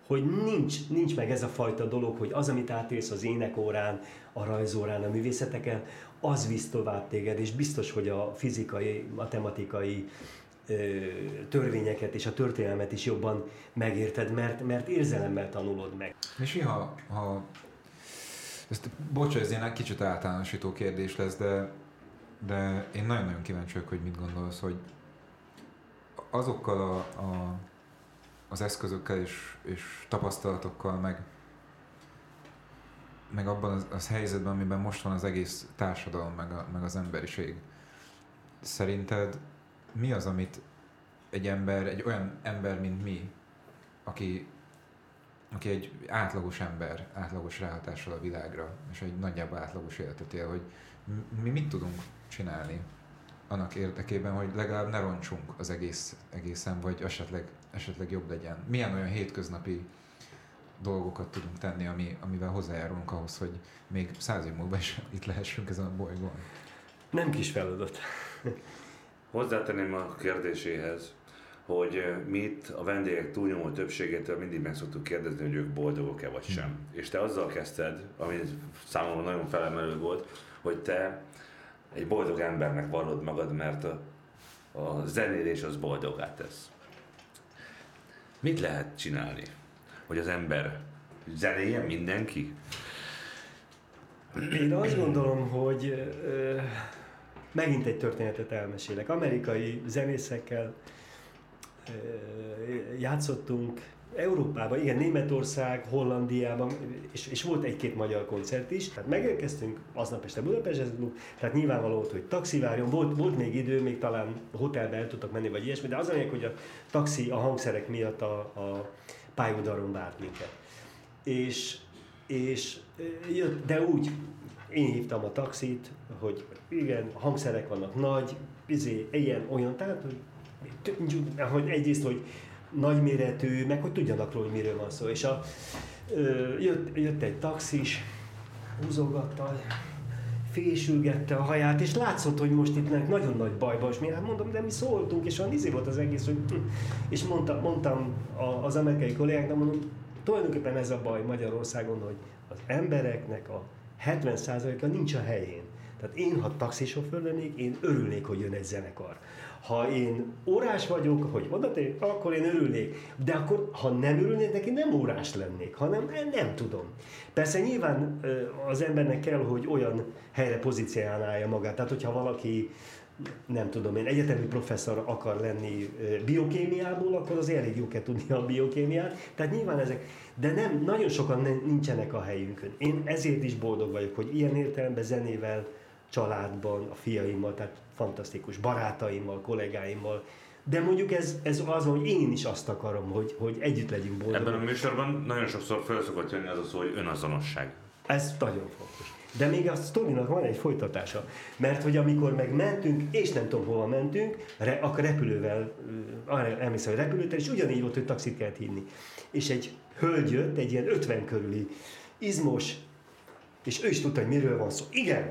hogy nincs meg ez a fajta dolog, hogy az, amit átélsz az énekórán, a rajzórán, a művészeteken, az visz tovább téged, és biztos, hogy a fizikai, matematikai törvényeket és a történelmet is jobban megérted, mert érzelemmel tanulod meg.
És ha bocs, ez ilyen egy kicsit általánosító kérdés lesz, de én nagyon-nagyon kíváncsi vagyok, hogy mit gondolsz, hogy azokkal az eszközökkel és tapasztalatokkal, meg abban az helyzetben, amiben most van az egész társadalom, meg az emberiség. Szerinted mi az, amit egy olyan ember, mint mi, aki egy átlagos ember, átlagos ráhatással a világra, és egy nagyjából átlagos életet él, hogy mi mit tudunk csinálni annak érdekében, hogy legalább ne roncsunk az egészen, vagy esetleg jobb legyen. Milyen olyan hétköznapi dolgokat tudunk tenni, amivel hozzájárulunk ahhoz, hogy még 100 év múlva is itt lehessünk ezen a bolygón?
Nem kis feladat.
Hozzátenném a kérdéséhez, hogy mi itt a vendégek túlnyomó többségétől mindig meg szoktuk kérdezni, hogy ők boldogok-e vagy sem. És te azzal kezdted, ami számomra nagyon felemelő volt, hogy te egy boldog embernek vallod magad, mert a zenélés az boldoggá tesz. Mit lehet csinálni, hogy az ember zenéjen mindenki?
Én azt gondolom, hogy megint egy történetet elmesélek. Amerikai zenészekkel játszottunk Európában, igen, Németország, Hollandiában, és volt egy-két magyar koncert is. Tehát megérkeztünk, aznap este Budapestre, tehát nyilvánvaló volt, hogy taxi várjon, volt még idő, még talán hotelbe el tudtak menni, vagy ilyesmi, de az a lényeg, hogy a taxi a hangszerek miatt a pályaudvaron várt minket. És jött, de úgy, én hívtam a taxit, hogy igen, hangszerek vannak nagy, ilyen, olyan, tehát hogy egyrészt, hogy nagyméretű, meg hogy tudjanak róla, hogy miről van szó. És jött egy taxis, húzogatta, fésülgette a haját, és látszott, hogy most itt nagyon nagy bajban, és hát mondom, de mi szóltunk, és olyan volt az egész, hogy és mondtam az amerikai kollégáknak, mondom, tulajdonképpen ez a baj Magyarországon, hogy az embereknek a 70%-a nincs a helyén. Tehát én, ha taxisofőr lennék, én örülnék, hogy jön egy zenekar. Ha én órás vagyok, hogy odatér, akkor én örülnék. De akkor, ha nem örülnék neki, nem órás lennék, hanem nem tudom. Persze nyilván az embernek kell, hogy olyan helyre pozícionálja magát. Tehát, hogyha valaki, nem tudom én, egyetemi professzor akar lenni biokémiából, akkor az elég jó kell tudni a biokémiát. Tehát nyilván ezek, de nem, nagyon sokan nincsenek a helyünkön. Én ezért is boldog vagyok, hogy ilyen értelemben zenével, családban, a fiaimmal, tehát fantasztikus barátaimmal, kollégáimmal, de mondjuk ez az, hogy én is azt akarom, hogy együtt legyünk boldogok.
Ebben a műsorban nagyon sokszor fel szokott jönni az a szó, hogy önazonosság.
Ez nagyon fontos. De még a sztorinak van egy folytatása, mert hogy amikor megmentünk, és nem tudom hova mentünk, a repülővel, emlékszem, hogy repülőtel, és ugyanígy volt, hogy taxit kellett hívni. És egy hölgy jött, egy ilyen 50 körüli, izmos, és ő is tudta, hogy miről van szó. Igen,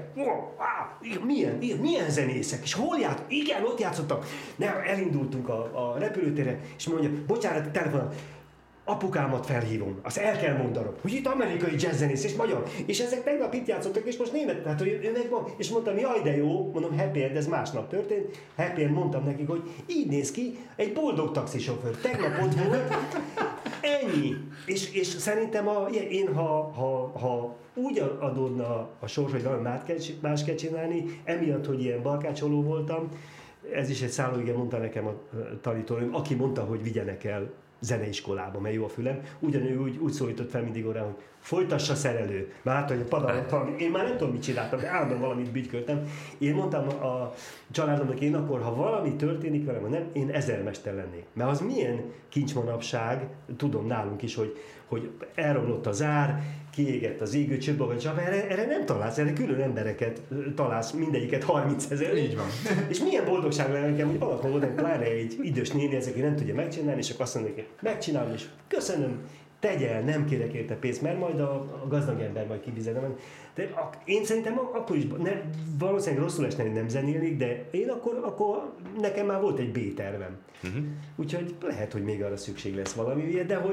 milyen zenészek, és hol járt? Igen, ott játszottam. Elindultunk a repülőtérre, és mondja, bocsánat, telefonon, apukámat felhívom, azt el kell mondanom, hogy itt amerikai jazzzenész és magyar, és ezek tegnap itt játszottak, és most német, tehát hogy ő megvan, és mondtam, jaj de jó, mondom, happy end, ez másnap történt, happy end, mondtam nekik, hogy így néz ki egy boldog taxisofőr, tegnap ott volt, ennyi. És szerintem én, ha úgy adódna a sors, hogy valami más kell csinálni, emiatt, hogy ilyen barkácsoló voltam, ez is egy szállóige mondta nekem a tanítónőm, aki mondta, hogy vigyenek el zeneiskolába, mert jó a fülem, ugyanúgy úgy szólított fel mindig órán, hogy folytassa szerelő. Már láttam, hogy padalat valami. Én már nem tudom, mit csináltam, de állandóan valamit bütyköltem. Én mondtam a családomnak, én akkor, ha valami történik velem, nem, én ezermester lennék. Mert az milyen kincs manapság, tudom nálunk is, hogy elromlott az ár, kiégett az égő csőbagacsap, erre nem találsz, erre külön embereket találsz, mindegyiket 30 000.
Így van.
És milyen boldogság lenne nekem, hogy valaki volna, pláne egy idős néni, ezek nem tudja megcsinálni, és akkor azt mondja, hogy megcsinálom, és köszönöm, tegye el, nem kérek érte pénzt, mert majd a gazdag ember majd kifizetem. De én szerintem akkor is, valószínűleg rosszul esne, hogy nem zenélnék, de én akkor nekem már volt egy B-tervem. Úgyhogy lehet, hogy még arra szükség lesz valami, de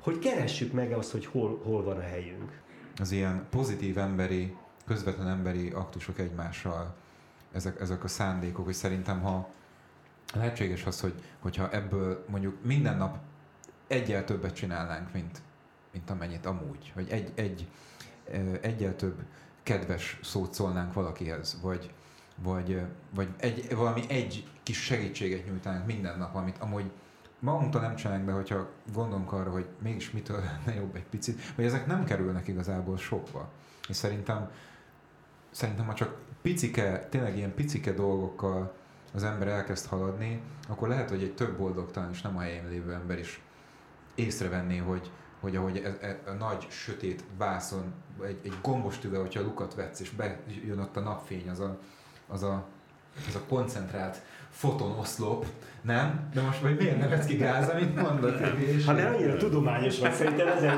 hogy keressük meg azt, hogy hol van a helyünk.
Az ilyen pozitív emberi, közvetlen emberi aktusok egymással, ezek a szándékok, hogy szerintem, ha lehetséges az, hogyha ebből mondjuk minden nap egyel többet csinálnánk, mint amennyit amúgy, hogy egyel több kedves szót szólnánk valakihez, vagy valami egy kis segítséget nyújtánk minden nap, amit amúgy magunktól nem csinálunk, de hogyha gondolunk arra, hogy mégis mitől lenne jobb egy picit, hogy ezek nem kerülnek igazából sokba. És szerintem ha csak tényleg ilyen picike dolgokkal az ember elkezd haladni, akkor lehet, hogy egy több boldogtalan és nem a helyén lévő ember is észrevenné, hogy ahogy a nagy sötét vászon, egy gombos tüve, hogyha lukat vetsz, és bejön ott a napfény, az a koncentrált fotonoszlop, nem? De most vagy miért nevetsz ki gáz, amit mondod?
Hát mert annyira tudományos vagy, szerintem ezzel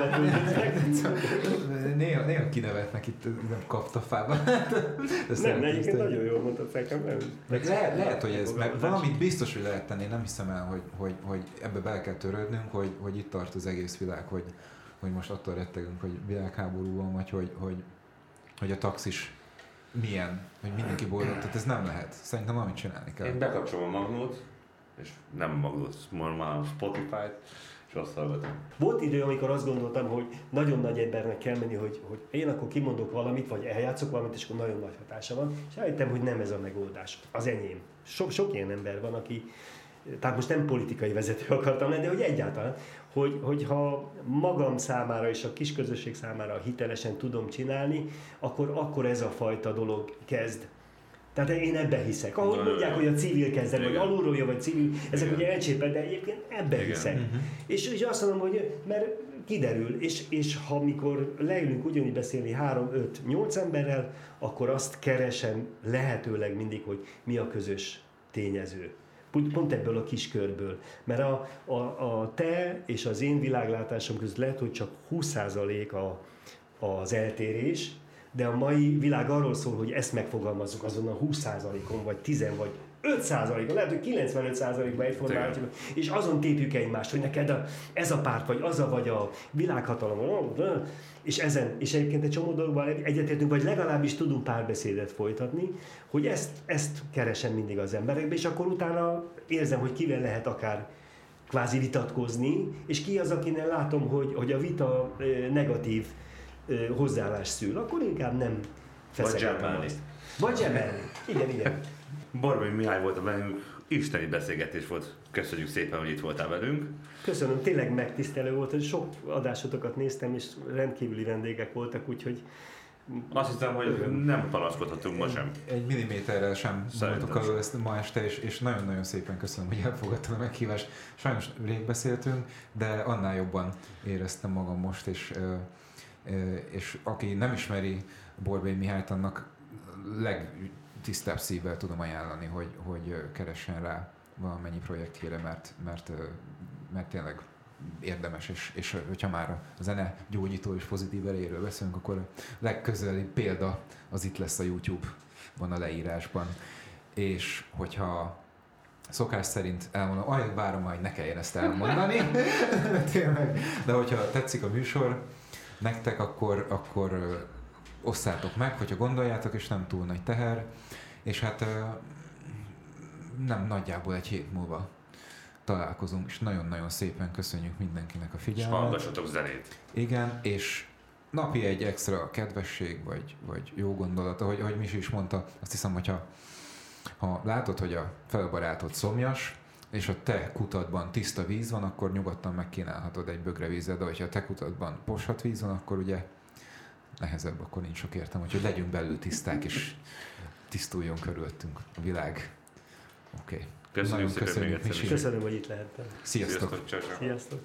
Néha kinevetnek itt, nem kaptafában.
Nem, egyébként nagyon jól mondtad nekem.
Lehet, hogy ez, mert valamit biztos, hogy lehet tenni, nem hiszem el, hogy ebbe bele kell törődnünk, hogy itt tart az egész világ, hogy most attól rettegünk, hogy világháború van, vagy hogy a taxis milyen, hogy mindenki boldog, tehát ez nem lehet. Szerintem valamit csinálni kell.
Én bekapcsolom a Magnót, és nem Magnót, már a Spotify-t, és azt hallgatom.
Volt idő, amikor azt gondoltam, hogy nagyon nagy embernek kell menni, hogy én akkor kimondok valamit, vagy eljátszok valamit, és akkor nagyon nagy hatása van, és rájöttem, hogy nem ez a megoldás. Az enyém. Sok ilyen ember van, aki, tehát most nem politikai vezető akartam lenni, de hogy egyáltalán, hogyha magam számára és a kis közösség számára hitelesen tudom csinálni, akkor ez a fajta dolog kezd. Tehát én ebben hiszek. Ahogy mondják, hogy a civil kezdet, vagy alulról jön, vagy civil, ezek ugye elcsépelt, de egyébként ebben hiszek. És azt mondom, hogy mert kiderül, és ha mikor leülünk ugyanígy beszélni 3-5-8 emberrel, akkor azt keresem lehetőleg mindig, hogy mi a közös tényező. Pont ebből a kis körből. Mert a te és az én világlátásom között lehet, hogy csak 20% az eltérés, de a mai világ arról szól, hogy ezt megfogalmazzuk azon a 20%-on, vagy 10 vagy 5%-on, lehet, hogy 95%-ban egyformán, és azon tépjük egymást, hogy neked ez a párt, vagy az vagy a világhatalom, és egyébként egy csomó dologban egyetértünk, vagy legalábbis tudunk párbeszédet folytatni, hogy ezt keresem mindig az emberekbe, és akkor utána érzem, hogy kivel lehet akár kvázi vitatkozni, és ki az, akinél látom, hogy a vita negatív hozzáállás szül, akkor inkább nem feszegetem azt. Vagy zsemelni. Igen.
Borbély Mihály volt a velünk, isteni beszélgetés volt. Köszönjük szépen, hogy itt voltál velünk.
Köszönöm, tényleg megtisztelő volt, hogy sok adásotokat néztem, és rendkívüli vendégek voltak, úgyhogy...
Azt hiszem, hogy nem panaszkodhatunk ma sem.
Egy milliméterrel sem mondtuk alul ezt ma este, és nagyon-nagyon szépen köszönöm, hogy elfogadtad a meghívást. Sajnos rég beszéltünk, de annál jobban éreztem magam most, és aki nem ismeri Borbély Mihályt, annak legtisztább szívvel tudom ajánlani, hogy keressen rá valamennyi projektjére, mert tényleg érdemes, és hogyha már a zene gyógyító és pozitív erejéről beszélünk, akkor a legközelebbi példa az itt lesz a YouTube-ban a leírásban. És hogyha szokás szerint elmondom, várom majd ne kelljen ezt elmondani, tényleg, de hogyha tetszik a műsor nektek, akkor osszátok meg, hogyha gondoljátok, és nem túl nagy teher, és hát nem nagyjából egy hét múlva találkozunk, és nagyon-nagyon szépen köszönjük mindenkinek a figyelmet.
És hallgassatok zenét.
Igen, és napi egy extra kedvesség, vagy jó gondolat, ahogy Misi is mondta, azt hiszem, hogyha látod, hogy a felbarátod szomjas, és a te kutatban tiszta víz van, akkor nyugodtan megkínálhatod egy bögre vízzel, de hogyha a te kutatban poshat víz van, akkor ugye nehezebb, akkor nincs sok értelme, úgyhogy legyünk belül tiszták, és tisztuljon körülöttünk a világ. Oké.
Köszönjük szépen még egyszer.
Köszönöm, hogy itt lehettem.
Sziasztok!
Sziasztok!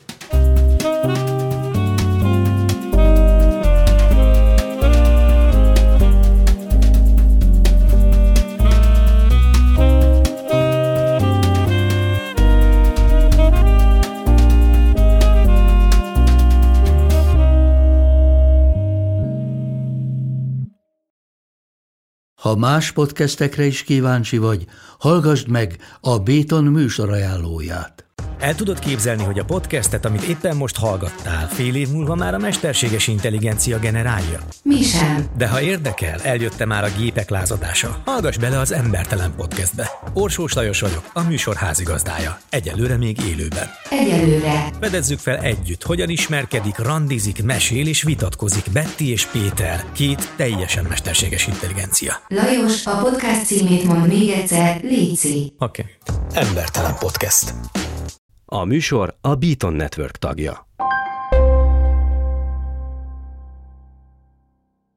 Ha más podcastekre is kíváncsi vagy, hallgassd meg a Béton műsor ajánlóját. El tudod képzelni, hogy a podcastet, amit éppen most hallgattál, fél év múlva már a mesterséges intelligencia generálja?
Mi sem.
De ha érdekel, eljött már a gépek lázadása. Hallgass bele az Embertelen Podcastbe. Orsós Lajos vagyok, a műsor házigazdája. Egyelőre még élőben.
Egyelőre.
Fedezzük fel együtt, hogyan ismerkedik, randizik, mesél és vitatkozik Betty és Péter, két teljesen mesterséges intelligencia.
Lajos, a podcast címét mond még egyszer, léci.
Oké. Embertelen Podcast. A műsor a Beaton Network tagja.